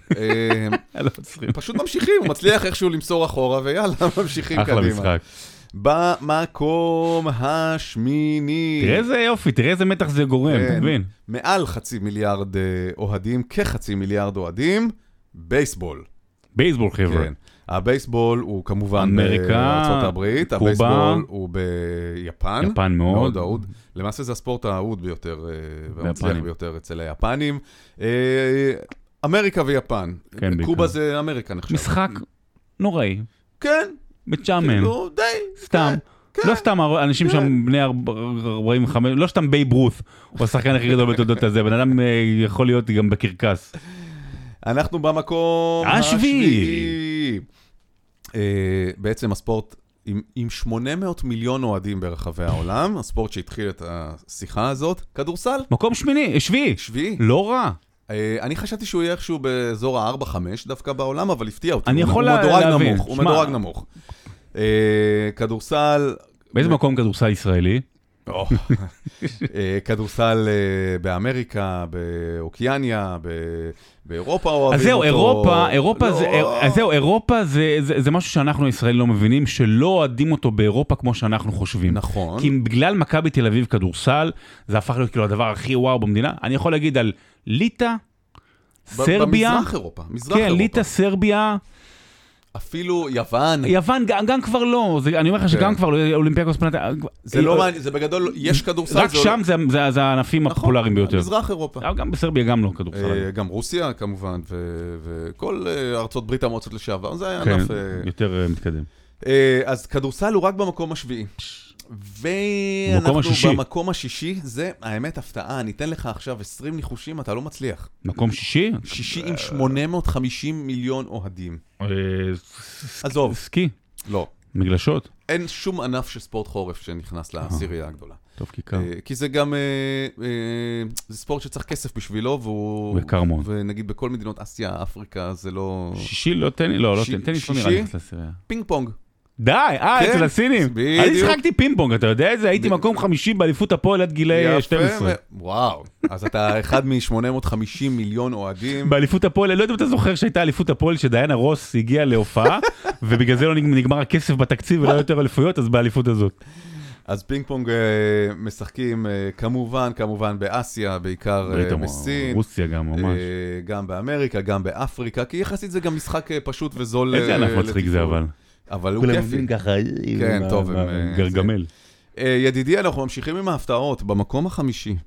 [SPEAKER 1] פשוט ממשיכים, הוא מצליח איכשהו למסור אחורה ויאללה, ממשיכים קדימה.
[SPEAKER 2] אחלה משחק.
[SPEAKER 1] במקום השמיני.
[SPEAKER 2] תראה איזה יופי, תראה איזה מתח זה גורם, אתה מבין?
[SPEAKER 1] מעל 500 מיליארד אוהדים, כ500 מיליארד אוהדים, בייסבול.
[SPEAKER 2] בייסבול חבר'ה.
[SPEAKER 1] כן. הבייסבול הוא כמובן
[SPEAKER 2] אמריקה,
[SPEAKER 1] בארצות הברית,
[SPEAKER 2] קובה,
[SPEAKER 1] הבייסבול הוא ביפן.
[SPEAKER 2] יפן מאוד.
[SPEAKER 1] אהוד. למעשה זה הספורט האהוד ביותר, והמצליח ביותר אצל היפנים. אמריקה ויפן.
[SPEAKER 2] כן,
[SPEAKER 1] קובה זה אמריקה נחשב.
[SPEAKER 2] משחק נוראי.
[SPEAKER 1] כן.
[SPEAKER 2] מצ'אמן.
[SPEAKER 1] די.
[SPEAKER 2] סתם. לא סתם אנשים שם בני 45, לא סתם בייב רות, הוא השחקן הכי גדול בתולדות הזה, בן אדם יכול להיות גם בקרקס.
[SPEAKER 1] אנחנו במקום השביעי. בעצם הספורט עם 800 מיליון אוהדים ברחבי העולם, הספורט שהתחיל את השיחה הזאת, כדורסל.
[SPEAKER 2] מקום שביעי. לא רע.
[SPEAKER 1] אני חשבתי שהוא יהיה איכשהו באזור ה-4-5 דווקא בעולם, אבל הפתיע אותי.
[SPEAKER 2] אני יכול להבין.
[SPEAKER 1] הוא מדורג נמוך. כדורסל...
[SPEAKER 2] באיזה מקום כדורסל ישראלי?
[SPEAKER 1] כדורסל באמריקה, באוקיאניה, באירופה אוהבים אותו.
[SPEAKER 2] אז זהו, אירופה זה משהו שאנחנו הישראלים לא מבינים, שלא אוהדים אותו באירופה כמו שאנחנו חושבים.
[SPEAKER 1] נכון.
[SPEAKER 2] כי בגלל מכבי תל אביב כדורסל, זה הפך להיות כאילו הדבר הכי וואו במדינה. אני יכול להגיד על ליטא, סרביה.
[SPEAKER 1] במזרח אירופה.
[SPEAKER 2] כן, ליטא, סרביה.
[SPEAKER 1] אפילו יוון.
[SPEAKER 2] יוון גם כבר לא, אני אומר לך שגם כבר לא, אולימפיאקוס פלנטה.
[SPEAKER 1] זה לא מעניין, זה בגדול, יש כדורסל.
[SPEAKER 2] רק שם זה הענפים הפופולריים ביותר.
[SPEAKER 1] מזרח אירופה.
[SPEAKER 2] גם בסרביה גם לא כדורסל.
[SPEAKER 1] גם רוסיה כמובן, וכל ארצות ברית המועצות לשעבר, זה היה
[SPEAKER 2] כן,
[SPEAKER 1] ענף...
[SPEAKER 2] יותר מתקדם.
[SPEAKER 1] אז כדורסל הוא רק במקום השביעי.
[SPEAKER 2] במקום השישי.
[SPEAKER 1] במקום השישי, זה האמת הפתעה, אני אתן לך עכשיו 20 ניחושים, אתה לא מצליח.
[SPEAKER 2] מקום שישי?
[SPEAKER 1] שישי עם 850 מיליון אוהדים. עזוב.
[SPEAKER 2] סקי?
[SPEAKER 1] לא.
[SPEAKER 2] מגלשות?
[SPEAKER 1] אין שום ענף של ספורט חורף שנכנס לעשירייה הגדולה.
[SPEAKER 2] טוב, כיכר.
[SPEAKER 1] כי זה גם, זה ספורט שצריך כסף בשבילו,
[SPEAKER 2] וקר מאוד.
[SPEAKER 1] ונגיד בכל מדינות אסיה, אפריקה, זה לא...
[SPEAKER 2] שישי לא טניס, לא טניס לא נראה נכנס לעשירייה.
[SPEAKER 1] פינג פונג.
[SPEAKER 2] די, אצל הסינים. אני שחקתי פינג-פונג, אתה יודע את זה? הייתי מקום 50 באליפות הפועל עד גילי 12.
[SPEAKER 1] וואו, אז אתה אחד מ-850 מיליון אוהדים.
[SPEAKER 2] באליפות הפועל, לא יודע אם אתה זוכר שהייתה אליפות הפועל שדיינה רוס הגיעה להופעה, ובגלל זה לא נגמר הכסף בתקציב ולא יותר אליפויות, אז באליפות הזאת.
[SPEAKER 1] אז פינג-פונג משחקים כמובן באסיה, בעיקר בסין.
[SPEAKER 2] רוסיה גם ממש.
[SPEAKER 1] גם באמריקה, גם באפריקה, כי יחסית זה גם משחק פשוט וזול.
[SPEAKER 2] איזה ענף מצחיק זה אבל.
[SPEAKER 1] אבל הוא כיפי. כן, טוב.
[SPEAKER 2] גרגמל.
[SPEAKER 1] ידידי, אנחנו ממשיכים עם ההפתעות. במקום החמישי.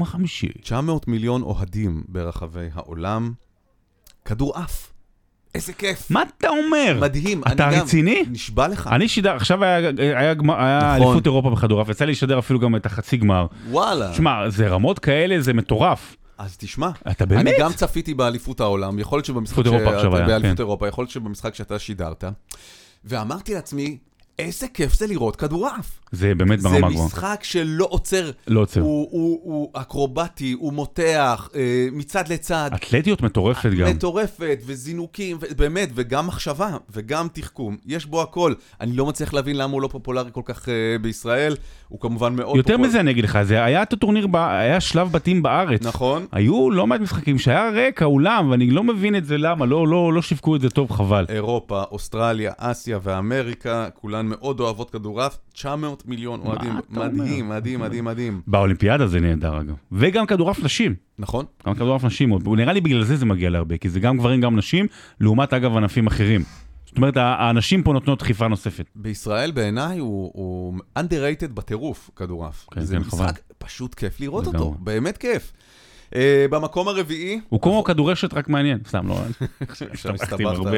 [SPEAKER 1] 900 מיליון אוהדים ברחבי העולם. כדור אף. איזה כיף.
[SPEAKER 2] מה אתה אומר?
[SPEAKER 1] מדהים.
[SPEAKER 2] אתה רציני?
[SPEAKER 1] נשבע לך.
[SPEAKER 2] אני שידר, עכשיו היה אליפות אירופה בכדור אף. יצא לי לשדר אפילו גם את החצי גמר.
[SPEAKER 1] וואלה.
[SPEAKER 2] שמע, זה רמות כאלה, זה מטורף.
[SPEAKER 1] אז תשמע,
[SPEAKER 2] אתה באמת?
[SPEAKER 1] אני גם צפיתי באליפות העולם, יכול להיות שבמשחק באליפות אירופה, יכול להיות שבמשחק שאתה שידרת, ואמרתי לעצמי, איזה כיף זה לראות כדורעף.
[SPEAKER 2] זה באמת ברמה גבוהה.
[SPEAKER 1] זה משחק שלא עוצר.
[SPEAKER 2] לא עוצר.
[SPEAKER 1] הוא אקרובטי, הוא מותח, מצד לצד.
[SPEAKER 2] אתלטיות מטורפת גם.
[SPEAKER 1] מטורפת, וזינוקים, באמת, וגם מחשבה, וגם תחכום. יש בו הכל. אני לא מצליח להבין למה הוא לא פופולרי כל כך בישראל. הוא כמובן מאוד
[SPEAKER 2] יותר מזה אני אגיד לך, זה היה את הטורניר, היה שלב בתים בארץ.
[SPEAKER 1] נכון.
[SPEAKER 2] היו לא מעט משחקים שהיה ריק האולם, ואני לא מבין את זה למה, לא שיווקו את זה טוב, חבל.
[SPEAKER 1] אירופה, אוסטרליה, אסיה ואמריקה, כולן מאוד אוהבות כדורעף, 900 מיליון אוהדים, מדהים, מדהים, מדהים, מדהים.
[SPEAKER 2] באולימפיאדה זה נהדר אגב. וגם כדורעף נשים.
[SPEAKER 1] נכון.
[SPEAKER 2] גם כדורעף נשים, נראה לי בגלל זה מגיע להרבה, כי זה גם גברים גם נשים, לעומת אגב ענפים אחרים. זאת אומרת, האנשים פה נותנות דחיפה נוספת.
[SPEAKER 1] בישראל בעיניי הוא underrated בטירוף כדורעף. זה משחק פשוט כיף לראות אותו, באמת כיף. במקום הרביעי...
[SPEAKER 2] הוא כמו כדורשת רק מעניין, סתם לא...
[SPEAKER 1] עכשיו הסתבכת.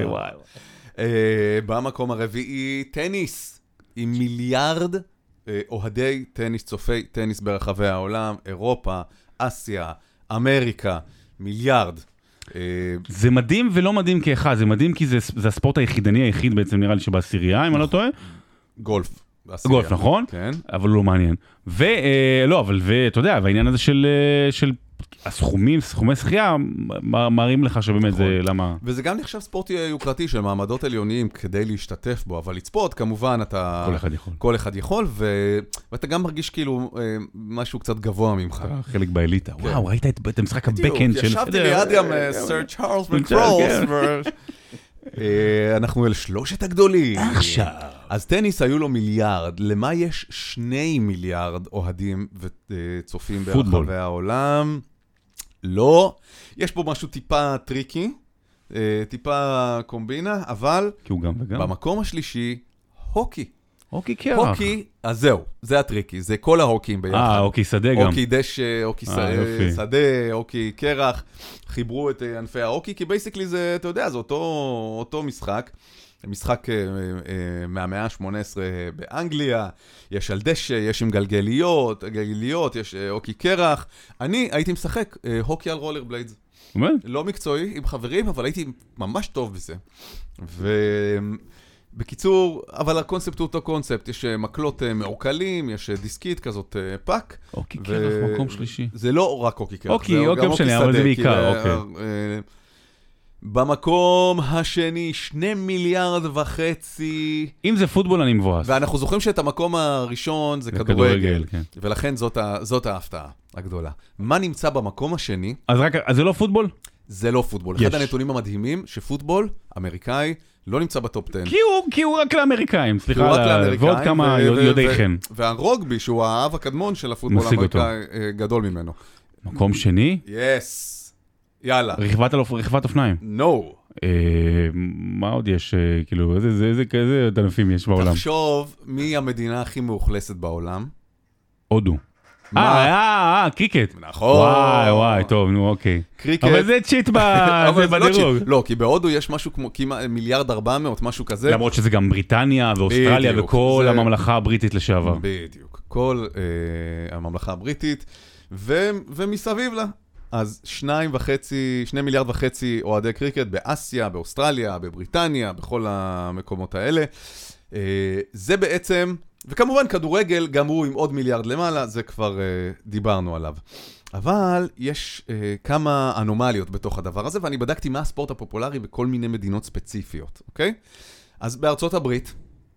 [SPEAKER 1] במקום הרביעי, טניס, עם מיליארד אוהדי טניס, צופי טניס ברחבי העולם, אירופה, אסיה, אמריקה, מיליארד.
[SPEAKER 2] זה מדהים ולא מדהים כאחד, זה מדהים כי זה הספורט היחידני היחיד בעצם נראה לי שבעשירייה, אם אני לא טועה.
[SPEAKER 1] גולף.
[SPEAKER 2] גולף, נכון?
[SPEAKER 1] כן.
[SPEAKER 2] אבל לא מעניין. ולא, אבל אתה יודע, והעניין הזה של הסכומים, סכומי שחייה, מראים לך שבאמת זה למה...
[SPEAKER 1] וזה גם נחשב ספורט יוקרתי של מעמדות עליוניים כדי להשתתף בו, אבל לצפות, כמובן, אתה...
[SPEAKER 2] כל אחד יכול.
[SPEAKER 1] כל אחד יכול, ואתה גם מרגיש כאילו משהו קצת גבוה ממך.
[SPEAKER 2] חלק באליטה. וואו, ראית את המשחק הבקאנד של...
[SPEAKER 1] ישבתי ליד גם סר צ'ארלס וקרולס. אנחנו אל שלושת הגדולים.
[SPEAKER 2] עכשיו.
[SPEAKER 1] אז טניס היו לו מיליארד. למה יש 2 מיליארד אוהדים וצופים ברחבי העולם? לא. יש פה משהו טיפה טריקי, טיפה קומבינה, אבל במקום השלישי, הוקי.
[SPEAKER 2] הוקי קרח.
[SPEAKER 1] הוקי, אז זהו, זה הטריקי, זה כל ההוקים ביחד.
[SPEAKER 2] הוקי שדה גם.
[SPEAKER 1] הוקי דשא, הוקי שדה, הוקי קרח, חיברו את ענפי ההוקי, כי בייסיקלי זה, אתה יודע, זה אותו משחק. משחק מהמאה ה-18 באנגליה, יש על דשא, יש עם גלגליות, יש הוקי קרח. אני הייתי משחק הוקי על רולר בליידס. לא מקצועי, עם חברים, אבל הייתי ממש טוב בזה. בקיצור, אבל הקונספט הוא אותו קונספט, יש מקלות מעוקלים, יש דיסקית כזאת פאק.
[SPEAKER 2] הוקי קרח, מקום שלישי.
[SPEAKER 1] זה לא רק הוקי קרח,
[SPEAKER 2] זה גם שני, אבל זה בעיקר, אוקיי.
[SPEAKER 1] במקום השני, 2 מיליארד וחצי.
[SPEAKER 2] אם זה פוטבול, אני מבואס.
[SPEAKER 1] ואנחנו זוכרים שאת המקום הראשון זה כדורגל. כן. ולכן זאת ההפתעה הגדולה. מה נמצא במקום השני?
[SPEAKER 2] אז זה לא פוטבול?
[SPEAKER 1] זה לא פוטבול. אחד הנתונים המדהימים, שפוטבול אמריקאי לא נמצא בטופ 10.
[SPEAKER 2] כי הוא רק לאמריקאים, סליחה, ועוד כמה יודעי חן.
[SPEAKER 1] והרוגבי, שהוא האב הקדמון של הפוטבול האמריקאי, גדול ממנו.
[SPEAKER 2] מקום שני?
[SPEAKER 1] יס. יאללה.
[SPEAKER 2] רכיבת אופניים?
[SPEAKER 1] נו.
[SPEAKER 2] מה עוד יש? כאילו, איזה ענפים יש בעולם?
[SPEAKER 1] תחשוב, מי המדינה הכי מאוכלסת בעולם?
[SPEAKER 2] הודו. קריקט.
[SPEAKER 1] נכון.
[SPEAKER 2] וואי, טוב, נו, אוקיי.
[SPEAKER 1] קריקט.
[SPEAKER 2] אבל זה צ'יט בדירוג.
[SPEAKER 1] לא, כי בהודו יש משהו כמו כמעט 1.4 מיליארד, משהו כזה.
[SPEAKER 2] למרות שזה גם בריטניה ואוסטרליה וכל הממלכה הבריטית לשעבר.
[SPEAKER 1] בדיוק. כל הממלכה הבריטית, ומסביב לה. אז 2.5 מיליארד אוהדי קריקט באסיה, באוסטרליה, בבריטניה, בכל המקומות האלה. זה בעצם, וכמובן כדורגל, גם הוא עם עוד מיליארד למעלה, זה כבר דיברנו עליו. אבל יש כמה אנומליות בתוך הדבר הזה, ואני בדקתי מה הספורט הפופולרי בכל מיני מדינות ספציפיות, אוקיי? אז בארצות הברית,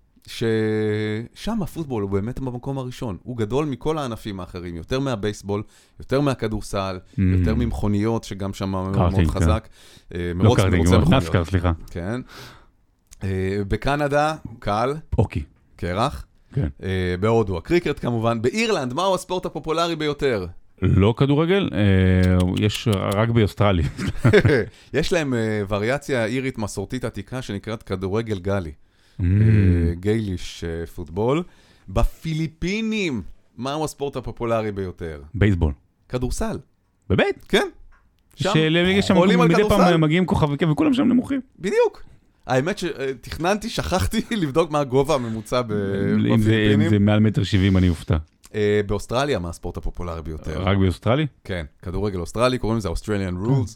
[SPEAKER 1] ששם הפוטבול הוא באמת במקום הראשון. הוא גדול מכל הענפים האחרים, יותר מהבייסבול, יותר מהכדורסל, יותר ממכוניות, שגם שם מאוד חזק.
[SPEAKER 2] לא קרטינג, נאסקר, סליחה.
[SPEAKER 1] כן. בקנדה, קל.
[SPEAKER 2] אוקי.
[SPEAKER 1] קרח.
[SPEAKER 2] כן.
[SPEAKER 1] בהודו, הקריקט כמובן. באירלנד, מהו הספורט הפופולרי ביותר?
[SPEAKER 2] לא כדורגל, יש רק באוסטרליה.
[SPEAKER 1] יש להם וריאציה אירית מסורתית עתיקה שנקראת כדורגל גלי. גייליש פוטבול. בפיליפינים, מהו הספורט הפופולרי ביותר?
[SPEAKER 2] בייסבול.
[SPEAKER 1] כדורסל.
[SPEAKER 2] באמת?
[SPEAKER 1] כן.
[SPEAKER 2] שם מדי פעם מגיעים כוכבים וכולם שם נמוכים.
[SPEAKER 1] בדיוק. האמת שתכננתי, שכחתי לבדוק מה הגובה הממוצע בפיליפינים.
[SPEAKER 2] אם זה מעל 1.70 מטר אני אופתע.
[SPEAKER 1] באוסטרליה, מה הספורט הפופולרי ביותר?
[SPEAKER 2] רק באוסטרלי?
[SPEAKER 1] כן, כדורגל אוסטרלי, קוראים לזה Australian Rules.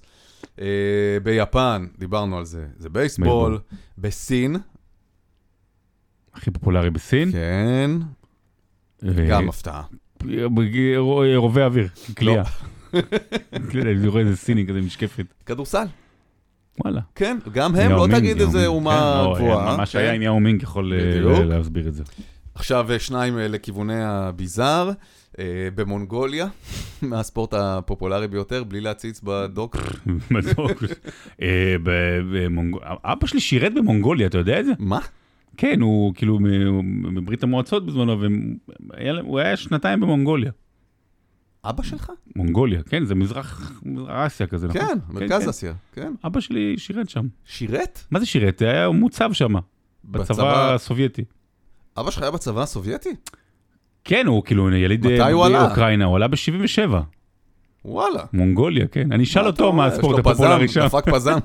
[SPEAKER 1] ביפן, דיברנו על זה, זה בייסבול. בסין,
[SPEAKER 2] הכי פופולרי בסין.
[SPEAKER 1] כן. גם הפתעה.
[SPEAKER 2] רובה אוויר, קליעה. אני רואה איזה סיני כזה משקפת.
[SPEAKER 1] כדורסל.
[SPEAKER 2] וואלה.
[SPEAKER 1] כן, גם הם, לא תגיד איזה אומה גבוהה.
[SPEAKER 2] מה שהיה עם יאו מינג יכול להסביר את זה.
[SPEAKER 1] עכשיו שניים לכיווני הביזאר, במונגוליה, מהספורט הפופולרי ביותר, בלי להציץ בדוק.
[SPEAKER 2] בדוק. אבא שלי שירת במונגוליה, אתה יודע את זה?
[SPEAKER 1] מה?
[SPEAKER 2] כן, הוא כאילו מברית המועצות בזמנו, והוא היה 2 במונגוליה.
[SPEAKER 1] אבא שלך?
[SPEAKER 2] מונגוליה, כן, זה מזרח אסיה כזה, נכון?
[SPEAKER 1] כן, מרכז אסיה, כן.
[SPEAKER 2] אבא שלי שירת שם.
[SPEAKER 1] שירת?
[SPEAKER 2] מה זה שירת? היה מוצב שם, בצבא הסובייטי.
[SPEAKER 1] אבא שלך היה בצבא הסובייטי?
[SPEAKER 2] כן, הוא כאילו יליד באוקראינה, הוא עלה ב-77.
[SPEAKER 1] וואלה.
[SPEAKER 2] מונגוליה, כן. אני אשאל אותו מה הספורט הפופולרי שם.
[SPEAKER 1] דפק פזם.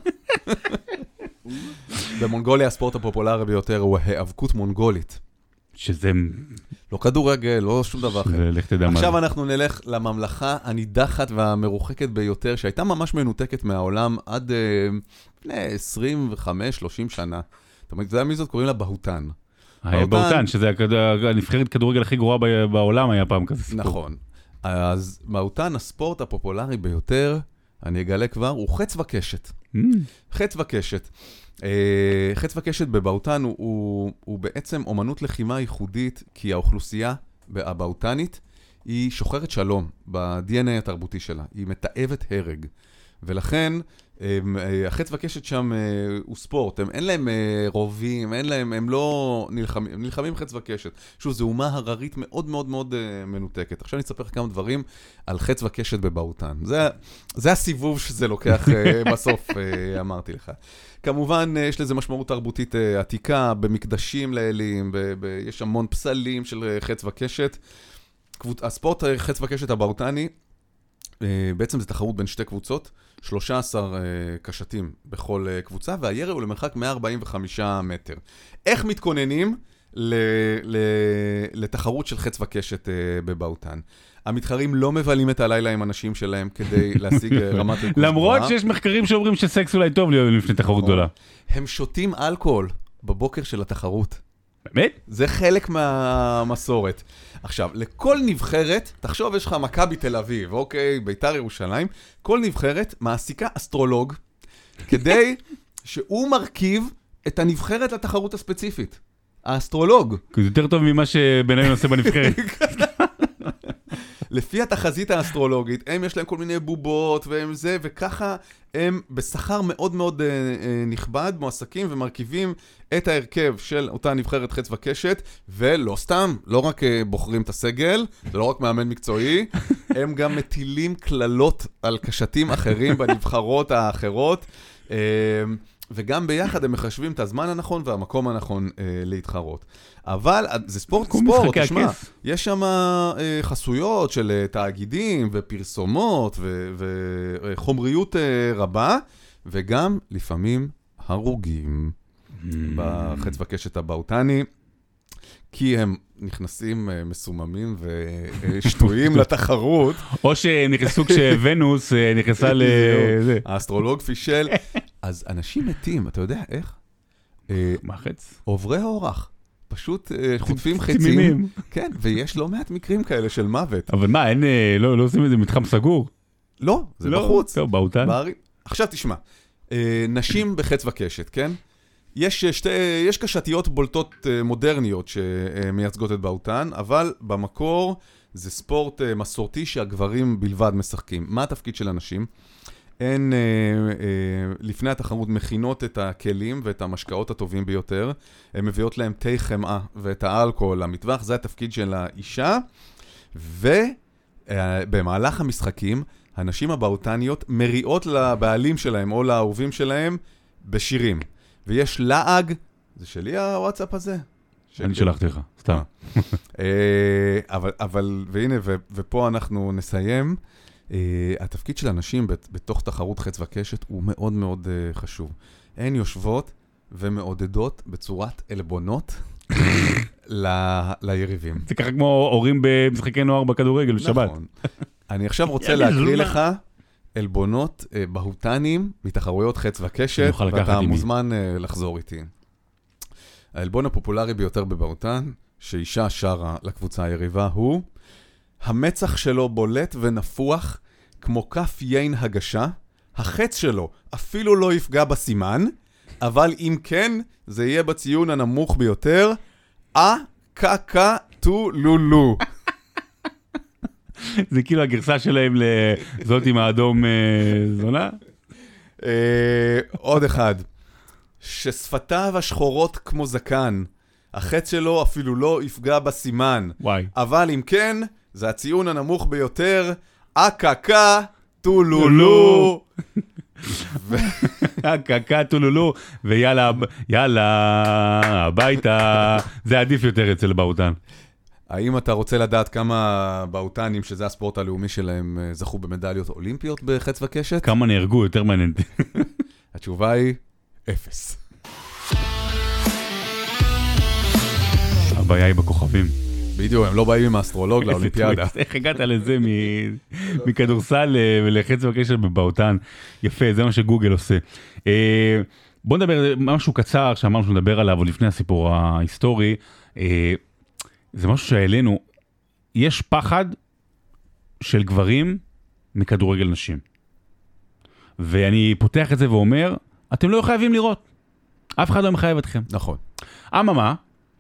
[SPEAKER 1] במונגוליה הספורט הפופולרי ביותר הוא ההיאבקות מונגולית.
[SPEAKER 2] שזה...
[SPEAKER 1] לא כדורגל, לא שום דבר אחר.
[SPEAKER 2] לך תדע מה.
[SPEAKER 1] עכשיו אנחנו נלך לממלכה הנידחת והמרוחקת ביותר, שהייתה ממש מנותקת מהעולם עד לפני 25-30 שנה. אתה יודע מי זאת? קוראים לה בהוטן.
[SPEAKER 2] בהוטן, שזה הנבחרת כדורגל הכי גרועה בעולם היה פעם כזה סיפור.
[SPEAKER 1] נכון. אז בהוטן הספורט הפופולרי ביותר, אני אגלה כבר, הוא חץ וקשת. חץ וקשת. חץ וקשת בבהוטן הוא בעצם אומנות לחימה ייחודית, כי האוכלוסייה הבהוטנית היא שוחרת שלום ב-DNA התרבותי שלה, היא מתאבת הרג. ולכן החץ וקשת שם הוא ספורט, אין להם רובים, הם לא נלחמים חץ וקשת. שוב, זו אומה הררית מאוד מאוד מאוד מנותקת. עכשיו אני אספר לך כמה דברים על חץ וקשת בבהוטן. זה הסיבוב שזה לוקח בסוף, אמרתי לך. כמובן, יש לזה משמעות תרבותית עתיקה, במקדשים לאלים, יש המון פסלים של חץ וקשת. הספורט חץ וקשת הבהוטני, בעצם זה תחרות בין שתי קבוצות, 13 קשתים בכל קבוצה, והירי הוא למרחק 145 מטר. איך מתכוננים לתחרות של חץ וקשת בבהוטן? המתחרים לא מבלים את הלילה עם אנשים שלהם כדי להשיג רמת ריכוז גבוהה.
[SPEAKER 2] למרות שיש מחקרים שאומרים שסקס אולי טוב לי לפני תחרות גדולה.
[SPEAKER 1] הם שותים אלכוהול בבוקר של התחרות.
[SPEAKER 2] באמת?
[SPEAKER 1] זה חלק מהמסורת. עכשיו, לכל נבחרת, תחשוב, יש לך מכבי תל אביב, אוקיי, ביתר ירושלים, כל נבחרת מעסיקה אסטרולוג, כדי שהוא מרכיב את הנבחרת לתחרות הספציפית. האסטרולוג.
[SPEAKER 2] זה יותר טוב ממה שבניהם עושה בנבחרת.
[SPEAKER 1] לפי התחזית האסטרולוגית, הם יש להם כל מיני בובות והם זה, וככה הם בשכר מאוד מאוד נכבד, מועסקים ומרכיבים את ההרכב של אותה נבחרת חץ וקשת, ולא סתם, לא רק בוחרים את הסגל, זה לא רק מאמן מקצועי, הם גם מטילים כללות על קשתים אחרים בנבחרות האחרות, וגם ביחד הם מחשבים את הזמן הנכון והמקום הנכון להתחרות. אבל זה ספורט, תשמע, יש שם חסויות של תאגידים ופרסומות וחומריות רבה, וגם לפעמים הרוגים בחץ וקשת הבהוטני, כי הם נכנסים מסוממים ושטויים לתחרות.
[SPEAKER 2] או שנכנסו כשוונוס נכנסה לזה.
[SPEAKER 1] האסטרולוג פישל. אז אנשים מתים, אתה יודע איך?
[SPEAKER 2] מה חץ?
[SPEAKER 1] עוברי האורח. פשוט חוטפים חצים. כן, ויש לא מעט מקרים כאלה של מוות.
[SPEAKER 2] אבל מה, אין, לא עושים איזה מתחם סגור?
[SPEAKER 1] לא, זה בחוץ.
[SPEAKER 2] לא, בהוטן.
[SPEAKER 1] עכשיו תשמע, נשים בחץ וקשת, כן? יש קשתיות בולטות מודרניות שמייצגות את בהוטן, אבל במקור זה ספורט מסורתי שהגברים בלבד משחקים. מה התפקיד של הנשים? הן לפני התחרות מכינות את הכלים ואת המשקאות הטובים ביותר, הן מביאות להם תה חמאה ואת האלכוהול למטווח, זה התפקיד של האישה, ובמהלך המשחקים, הנשים הבהוטניות מריעות לבעלים שלהם או לאהובים שלהם בשירים. ויש לעג, זה שלי הוואטסאפ הזה?
[SPEAKER 2] אני שלחתי לך, סתם.
[SPEAKER 1] אבל, והנה, ופה אנחנו נסיים. התפקיד של אנשים בתוך תחרות חץ וקשת הוא מאוד מאוד חשוב. הן יושבות ומעודדות בצורת אלבונות ליריבים.
[SPEAKER 2] זה ככה כמו הורים במשחקי נוער בכדורגל בשבת.
[SPEAKER 1] נכון. אני עכשיו רוצה להקריא לך אלבונות בהוטנים מתחרויות חץ וקשת, ואתה מוזמן לחזור איתי. העלבון הפופולרי ביותר בבהוטן, שאישה שרה לקבוצה היריבה, הוא המצח שלו בולט ונפוח כמו כף יין הגשה, החץ שלו אפילו לא יפגע בסימן, אבל אם כן, זה יהיה בציון הנמוך ביותר, קקטולולו.
[SPEAKER 2] זה כאילו הגרסה שלהם לזאת עם האדום זונה?
[SPEAKER 1] עוד אחד. ששפתיו השחורות כמו זקן, החץ שלו אפילו לא יפגע בסימן.
[SPEAKER 2] וואי.
[SPEAKER 1] אבל אם כן, זה הציון הנמוך ביותר, קקטולולו.
[SPEAKER 2] קקטולולו, ויאללה, הביתה. זה עדיף יותר אצל בהוטן.
[SPEAKER 1] האם אתה רוצה לדעת כמה בהוטנים, שזה הספורט הלאומי שלהם, זכו במדליות אולימפיות בחץ וקשת?
[SPEAKER 2] כמה נהרגו, יותר מעניין.
[SPEAKER 1] התשובה היא 0.
[SPEAKER 2] הבעיה היא בכוכבים.
[SPEAKER 1] בדיוק, הם לא באים עם האסטרולוג לאולימפיאדה.
[SPEAKER 2] איך הגעת לזה מכדורסל לחץ וקשת בבהוטן? יפה, זה מה שגוגל עושה. בוא נדבר משהו קצר שאמרנו שנדבר עליו, או לפני הסיפור ההיסטורי. זה משהו שהעלינו, יש פחד של גברים מכדורגל נשים. ואני פותח את זה ואומר, אתם לא חייבים לראות. אף אחד לא מחייב אתכם.
[SPEAKER 1] נכון.
[SPEAKER 2] אממה,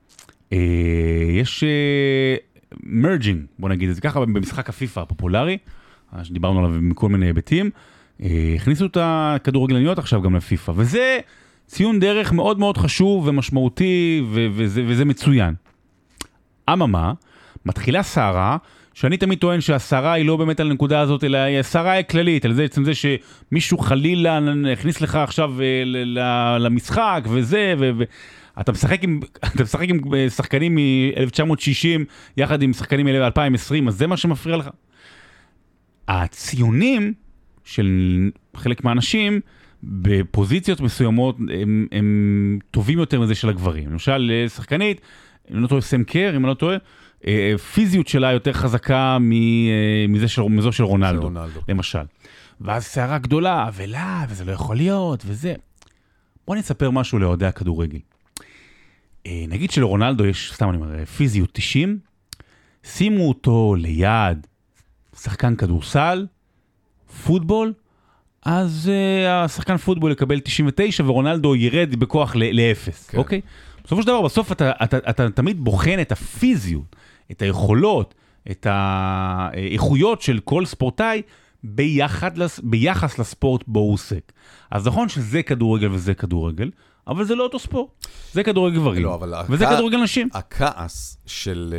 [SPEAKER 2] יש מרג'ינג, בוא נגיד את זה ככה, במשחק הפיפה הפופולרי, שדיברנו עליו מכל מיני היבטים, הכניסו את הכדורגלניות עכשיו גם לפיפה, וזה ציון דרך מאוד מאוד חשוב ומשמעותי, וזה מצוין. אממה, מתחילה סערה, שאני תמיד טוען שהסערה היא לא באמת על הנקודה הזאת, אלא היא הסערה כללית, על זה עצם זה שמישהו חלילה הכניס לך עכשיו למשחק וזה, אתה משחק עם שחקנים מ-1960, יחד עם שחקנים מ-2020, אז זה מה שמפריע לך. הציונים של חלק מהאנשים, בפוזיציות מסוימות, הם טובים יותר מזה של הגברים. למשל, שחקנית, אם לא טועה סם קר, אם לא טועה, פיזיות שלה יותר חזקה מזו של רונלדו, למשל. ואז שערה גדולה, וזה לא יכול להיות, וזה. בוא נספר משהו לאוהדי הכדורגל. נגיד שלרונלדו יש, סתם אני אומר, פיזיות 90, שימו אותו ליד שחקן כדורסל, פוטבול, אז השחקן פוטבול יקבל 99 ורונלדו ירד בכוח ל-0, כן. אוקיי? בסופו של דבר, בסוף אתה תמיד בוחן את הפיזיות, את היכולות, את האיכויות של כל ספורטאי ביחס לספורט בו הוא עוסק. אז נכון שזה כדורגל וזה כדורגל, אבל זה לא אותו ספורט. זה כדורגל גברים, לא, וזה כדורגל נשים.
[SPEAKER 1] הכעס של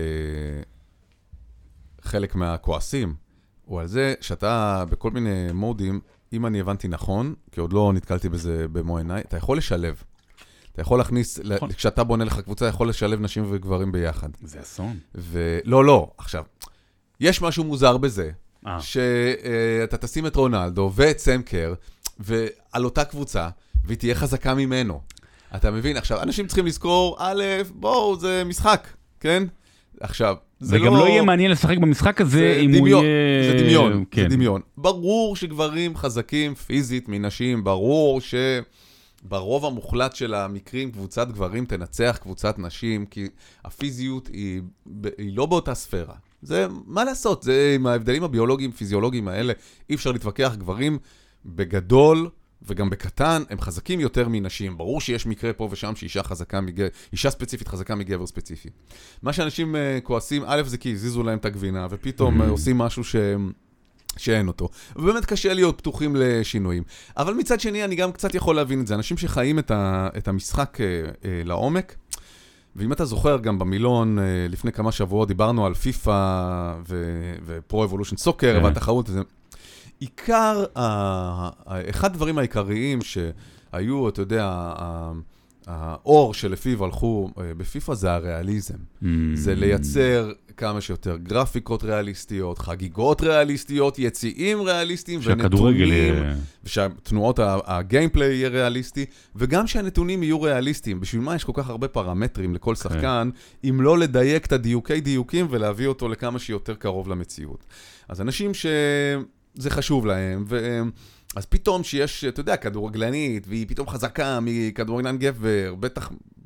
[SPEAKER 1] חלק מהכועסים, הוא על זה שאתה בכל מיני מודים, אם אני הבנתי נכון, כי עוד לא נתקלתי בזה במו עיניי, אתה יכול לשלב. אתה יכול להכניס, כשאתה בונה לך קבוצה, יכול לשלב נשים וגברים ביחד.
[SPEAKER 2] זה אסון.
[SPEAKER 1] לא, עכשיו, יש משהו מוזר בזה, שאתה תשים את רונלדו ואת סם קר, ועל אותה קבוצה, והיא תהיה חזקה ממנו. אתה מבין? עכשיו, אנשים צריכים לזכור, בואו, זה משחק, כן? עכשיו, זה
[SPEAKER 2] וגם לא יהיה מעניין לשחק במשחק הזה, אם הוא יהיה...
[SPEAKER 1] זה דמיון, זה דמיון. ברור שגברים חזקים פיזית מנשים, ברור שברוב המוחלט של המקרים, קבוצת גברים תנצח קבוצת נשים, כי הפיזיות היא לא באותה ספירה. זה, מה לעשות? זה עם ההבדלים הביולוגיים, פיזיולוגיים האלה, אי אפשר להתווכח. גברים בגדול וגם בקטן, הם חזקים יותר מנשים. ברור שיש מקרה פה ושם שאישה חזקה אישה ספציפית חזקה מגבר ספציפי. מה שאנשים כועסים, א' זה כי הזיזו להם את הגבינה, ופתאום עושים משהו שאין אותו. ובאמת קשה להיות פתוחים לשינויים. אבל מצד שני, אני גם קצת יכול להבין את זה. אנשים שחיים את המשחק לעומק, ואם אתה זוכר גם במילון, לפני כמה שבועות דיברנו על פיפה ופרו אבולושן סוקר, והתחרות הזה. עיקר, אחד הדברים העיקריים שהיו, אתה יודע, האור שלפיו הלכו בפיפה זה הריאליזם. זה לייצר כמה שיותר גרפיקות ריאליסטיות, חגיגות ריאליסטיות, יציאים ריאליסטיים ונתונים, ושהתנועות, הגיימפליי יהיה ריאליסטי, וגם שהנתונים יהיו ריאליסטיים. בשביל מה יש כל כך הרבה פרמטרים לכל שחקן, אם לא לדייק את הדיוקים ולהביא אותו לכמה שיותר קרוב למציאות. אז אנשים זה חשוב להם, אז פתאום שיש, אתה יודע, כדורגלנית, והיא פתאום חזקה מכדורגלן גבר, בטח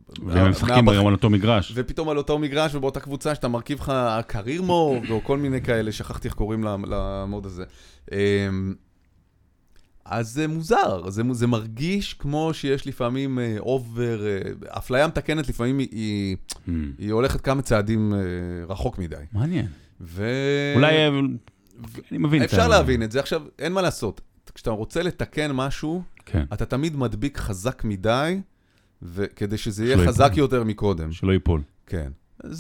[SPEAKER 2] והם משחקים היום על אותו מגרש.
[SPEAKER 1] ופתאום על אותו מגרש, ובאותה קבוצה שאתה מרכיב לך קרייר מוד, או כל מיני כאלה, שכחתי איך קוראים למוד הזה. אז זה מוזר, זה מרגיש כמו שיש לפעמים אובר, אפליה מתקנת לפעמים היא הולכת כמה צעדים רחוק מדי.
[SPEAKER 2] מעניין. אולי אני מבין.
[SPEAKER 1] אפשר להבין את זה. עכשיו, אין מה לעשות. כשאתה רוצה לתקן משהו, אתה תמיד מדביק חזק מדי, כדי שזה יהיה חזק יותר מקודם.
[SPEAKER 2] שלא ייפול.
[SPEAKER 1] כן.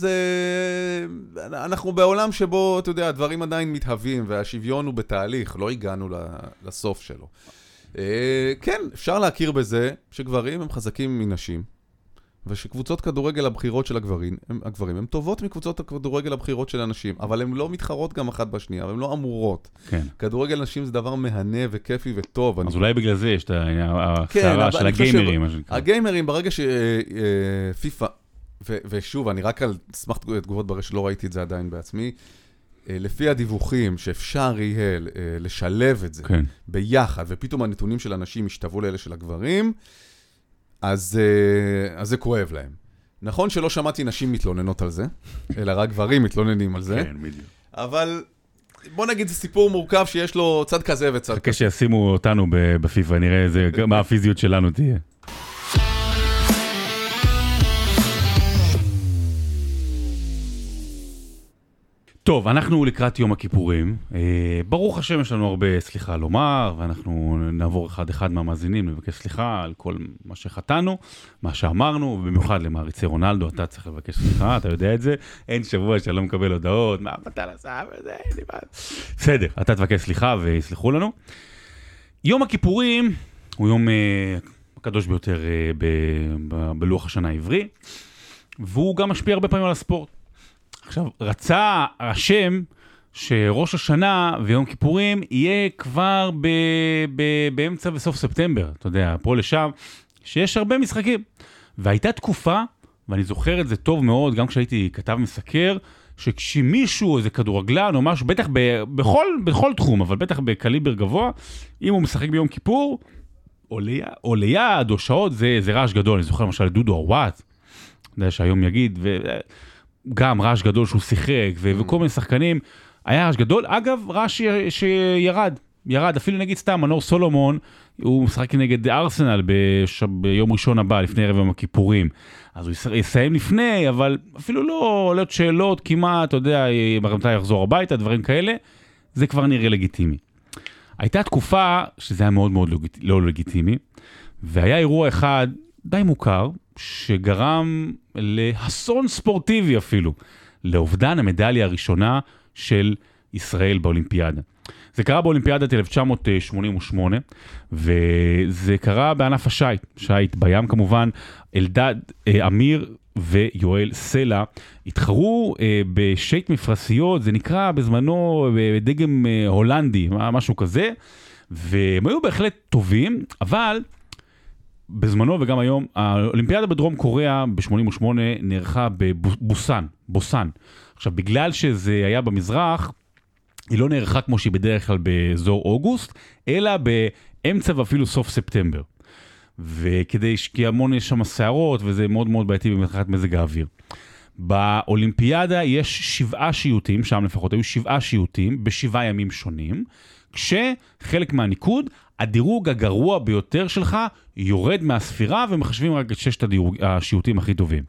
[SPEAKER 1] אנחנו בעולם שבו, אתה יודע, הדברים עדיין מתהווים, והשוויון הוא בתהליך, לא הגענו לסוף שלו. כן, אפשר להכיר בזה שגברים הם חזקים מנשים, ושקבוצות כדורגל הבחירות של הגברים הן טובות מקבוצות הכדורגל הבחירות של הנשים, אבל הן לא מתחרות גם אחת בשנייה, והן לא אמורות.
[SPEAKER 2] כן.
[SPEAKER 1] כדורגל נשים זה דבר מהנה וכיפי וטוב.
[SPEAKER 2] אז אולי בגלל זה יש את הסערה של הגיימרים.
[SPEAKER 1] הגיימרים, ברגע שפיפה, ושוב, אני רק על סמך תגובות ברשת, לא ראיתי את זה עדיין בעצמי, לפי הדיווחים שאפשר יהיה לשלב את זה ביחד, ופתאום הנתונים של הנשים השתוו לאלה של הגברים, אז זה כואב להם. נכון שלא שמעתי נשים מתלוננות על זה, אלא רק גברים מתלוננים על זה.
[SPEAKER 2] כן, בדיוק.
[SPEAKER 1] אבל בוא נגיד, זה סיפור מורכב שיש לו צד כזה וצד כזה.
[SPEAKER 2] כשישימו אותנו בפיפה, נראה מה הפיזיות שלנו תהיה. טוב, אנחנו לקראת יום הכיפורים. ברוך השם, יש לנו הרבה סליחה לומר, ואנחנו נעבור אחד מהמאזינים, לבקש סליחה על כל מה שחטאנו, מה שאמרנו, ובמיוחד למעריצי רונלדו, אתה צריך לבקש סליחה, אתה יודע את זה. אין שבוע שאני לא מקבל הודעות, מה בטל עשה וזה, בסדר, אתה תבקש סליחה ויסלחו לנו. יום הכיפורים הוא יום הקדוש ביותר בלוח השנה העברי, והוא גם משפיע הרבה פעמים על הספורט. עכשיו, רצה השם שראש השנה ויום כיפורים יהיה כבר באמצע וסוף ספטמבר, אתה יודע, פה לשם, שיש הרבה משחקים. והייתה תקופה, ואני זוכר את זה טוב מאוד, גם כשהייתי כתב מסקר, שכשמישהו, איזה כדורגלן או משהו, בטח בכל תחום, אבל בטח בקליבר גבוה, אם הוא משחק ביום כיפור, או ליד, או שעות, זה רעש גדול. אני זוכר למשל דודו ארוואט, אתה יודע שהיום יגיד, גם רעש גדול שהוא שיחק, וכל מיני שחקנים, היה רעש גדול. אגב, רעש שירד, אפילו נגיד סתם, מנור סולומון, הוא משחק נגד ארסנל ביום ראשון הבא, לפני ערב יום הכיפורים. אז הוא יסיים לפני, אבל אפילו לא עולות שאלות כמעט, אתה יודע, מתי יחזור הביתה, דברים כאלה, זה כבר נראה לגיטימי. הייתה תקופה שזה היה מאוד מאוד לא לגיטימי, והיה אירוע אחד די מוכר, שגרם להסון ספורטיבי אפילו, לאובדן המדליה הראשונה של ישראל באולימפיאדה. זה קרה באולימפיאדת 1988, וזה קרה בענף השייט, שייט בים כמובן. אלדד אמיר ויואל סלע התחרו בשייט מפרסיות, זה נקרא בזמנו דגם הולנדי, משהו כזה, והם היו בהחלט טובים, אבל בזמנו וגם היום, האולימפיאדה בדרום קוריאה ב-88 נערכה בבוסן. עכשיו, בגלל שזה היה במזרח, היא לא נערכה כמו שהיא בדרך כלל באזור אוגוסט, אלא באמצע ואפילו סוף ספטמבר. כי המון יש שם שערות, וזה מאוד מאוד בעייתי במתחת מזג האוויר. באולימפיאדה יש 7 שיוטים, שם לפחות היו 7 שיוטים, ב7 ימים שונים, כשחלק מהניקוד, הדירוג הגרוע ביותר שלך יורד מהספירה, ומחשבים רק את 6 השיוטים הכי טובים.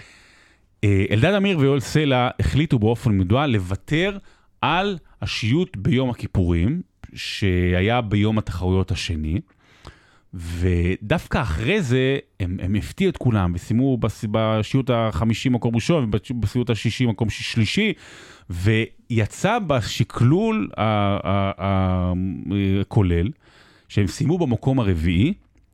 [SPEAKER 2] אלדד אמיר ויואל סלע החליטו באופן מדוע לוותר על השיוט ביום הכיפורים, שהיה ביום התחרויות השני, ודווקא אחרי זה הם הפתיעו את כולם, וסיימו בשיוט ה-50 מקום ראשון, ובשיוט ה-60 מקום שלישי, ויצא בשקלול הכולל, שהם סיימו במקום הרביעי,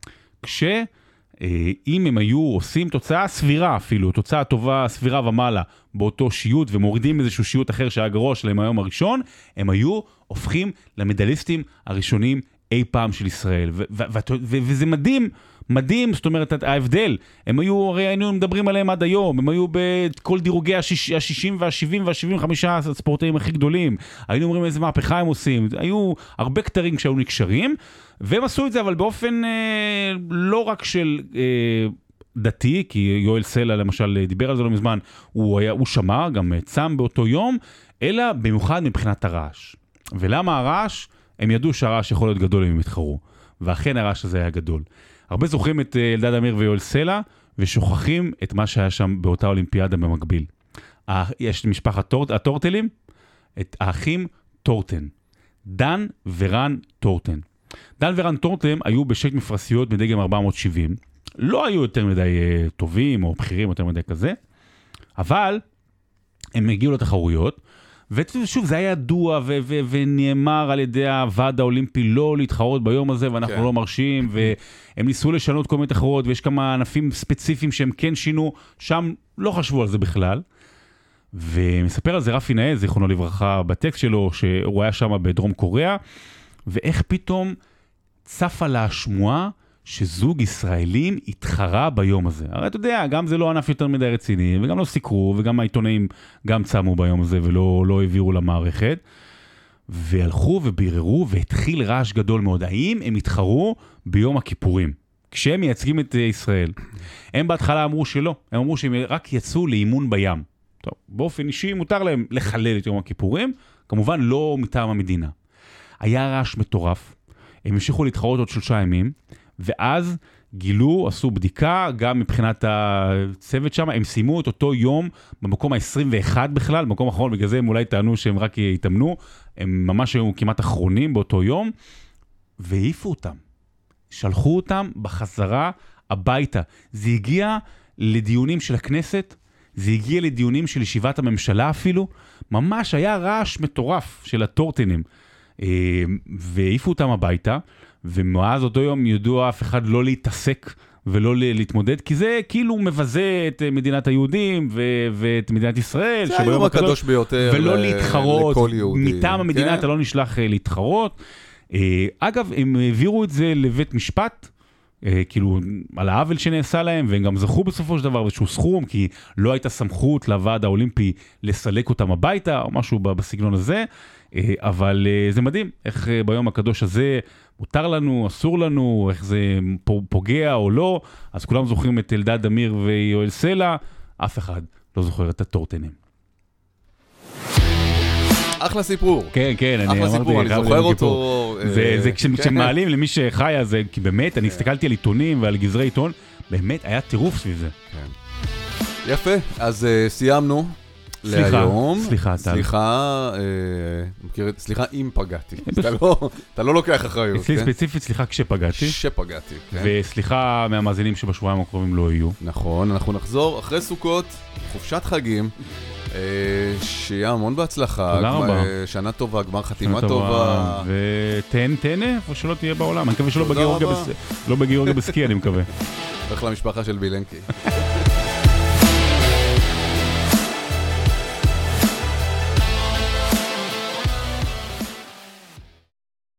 [SPEAKER 2] אם הם היו עושים תוצאה סבירה אפילו, תוצאה טובה, סבירה ומעלה, באותו שיוט, ומורידים איזשהו שיוט אחר שהיה גרוע שלהם היום הראשון, הם היו הופכים למדליסטים הראשונים אי פעם של ישראל. וזה מדהים, זאת אומרת, ההבדל, הם היו, הרי היינו מדברים עליהם עד היום, הם היו בכל דירוגי ה-60 וה-70 וה-75 הספורטאים הכי גדולים, היינו אומרים איזה מהפכה הם עושים, היו הרבה כתרים כשהיו נקשרים, והם עשו את זה, אבל באופן לא רק של דתי, כי יואל סלע למשל דיבר על זה לא מזמן, הוא שמע, גם צם באותו יום, אלא במיוחד מבחינת הרעש. ולמה הרעש? הם ידעו שהרעש יכול להיות גדול אם הם יתחרו, ואכן הרעש הזה היה גדול. הרבה זוכרים את אלדד אמיר ויואל סלע, ושוכחים את מה שהיה שם באותה אולימפיאדה במקביל. יש משפחת הטורטלים, את האחים טורטן, דן ורן טורטן. דן ורן טורטן היו בשייט מפרסיות מדגם 470, לא היו יותר מדי טובים או בכירים יותר מדי כזה, אבל הם הגיעו לתחרויות, ושוב זה היה ידוע ונאמר על ידי הוועד האולימפי לא להתחרות ביום הזה, ואנחנו לא מרשים, והם ניסו לשנות כל מיני תחרויות, ויש כמה ענפים ספציפיים שהם כן שינו, שם לא חשבו על זה בכלל, ומספר על זה רפי נאה, זיכרונו לברכה, בטקסט שלו, שהוא היה שם בדרום קוריאה, ואיך פתאום צפה לה השמועה, שזוג ישראלים התחרה ביום הזה. הרי אתה יודע, גם זה לא ענף יותר מדי רציני, וגם לא סיקרו, וגם העיתונאים גם צמו ביום הזה, ולא העבירו למערכת, והלכו וביררו, והתחיל רעש גדול מאוד. האם הם התחרו ביום הכיפורים, כשהם מייצגים את ישראל? הם בהתחלה אמרו שלא, הם אמרו שהם רק יצאו לאימון בים. טוב, באופן אישי מותר להם לחלל את יום הכיפורים, כמובן לא מטעם המדינה. היה רעש מטורף, הם המשיכו להתחרות עוד 3 ימים, ואז גילו, עשו בדיקה, גם מבחינת הצוות שם, הם סיימו את אותו יום במקום ה-21 בכלל, במקום האחרון, בגלל זה הם אולי טענו שהם רק יתאמנו, הם ממש היו כמעט אחרונים באותו יום, והעיפו אותם, שלחו אותם בחזרה הביתה. זה הגיע לדיונים של הכנסת, זה הגיע לדיונים של ישיבת הממשלה אפילו, ממש היה רעש מטורף של הטורטנים, והעיפו אותם הביתה, ומאז אותו יום ידוע אף אחד לא להתעסק ולא להתמודד, כי זה כאילו מבזה את מדינת היהודים ואת מדינת ישראל.
[SPEAKER 1] זה היום הקדוש ביותר
[SPEAKER 2] ולא להתחרות,
[SPEAKER 1] לכל יהודי.
[SPEAKER 2] מטעם המדינה אתה לא נשלח להתחרות. אגב, הם העבירו את זה לבית משפט, כאילו על העוול שנעשה להם, והם גם זכו בסופו של דבר איזשהו סכום, כי לא הייתה סמכות לוועד האולימפי לסלק אותם הביתה, או משהו בסגנון הזה, אבל זה מדהים, איך ביום הקדוש הזה מותר לנו, אסור לנו, איך זה פוגע או לא, אז כולם זוכרים את אלדד אמיר ויואל סלע, אף אחד לא זוכר את הטורטנים.
[SPEAKER 1] אחלה סיפור.
[SPEAKER 2] כן, כן, אני
[SPEAKER 1] אמרתי. אחלה סיפור, אני זוכר אותו.
[SPEAKER 2] זה כשמעלים למי שחיה, זה כי באמת, אני הסתכלתי על עיתונים ועל גזרי עיתון, באמת היה טירוף סביב זה.
[SPEAKER 1] יפה, אז סיימנו. להיום.
[SPEAKER 2] סליחה, טל.
[SPEAKER 1] סליחה אם פגעתי. אתה לא לוקח אחריות.
[SPEAKER 2] אצלי ספציפית, סליחה כשפגעתי.
[SPEAKER 1] שפגעתי.
[SPEAKER 2] וסליחה מהמאזינים שבשבועיים הקרובים לא יהיו.
[SPEAKER 1] נכון, אנחנו נחזור אחרי סוכות, חופשת חגים, שיהיה המון בהצלחה.
[SPEAKER 2] תודה רבה.
[SPEAKER 1] שנה טובה, גמר חתימה טובה.
[SPEAKER 2] ותהנה איפה שלא תהיה בעולם. אני מקווה שלא בגיאורגיה בסקי, אני מקווה.
[SPEAKER 1] הולך למשפחה של בילנקי.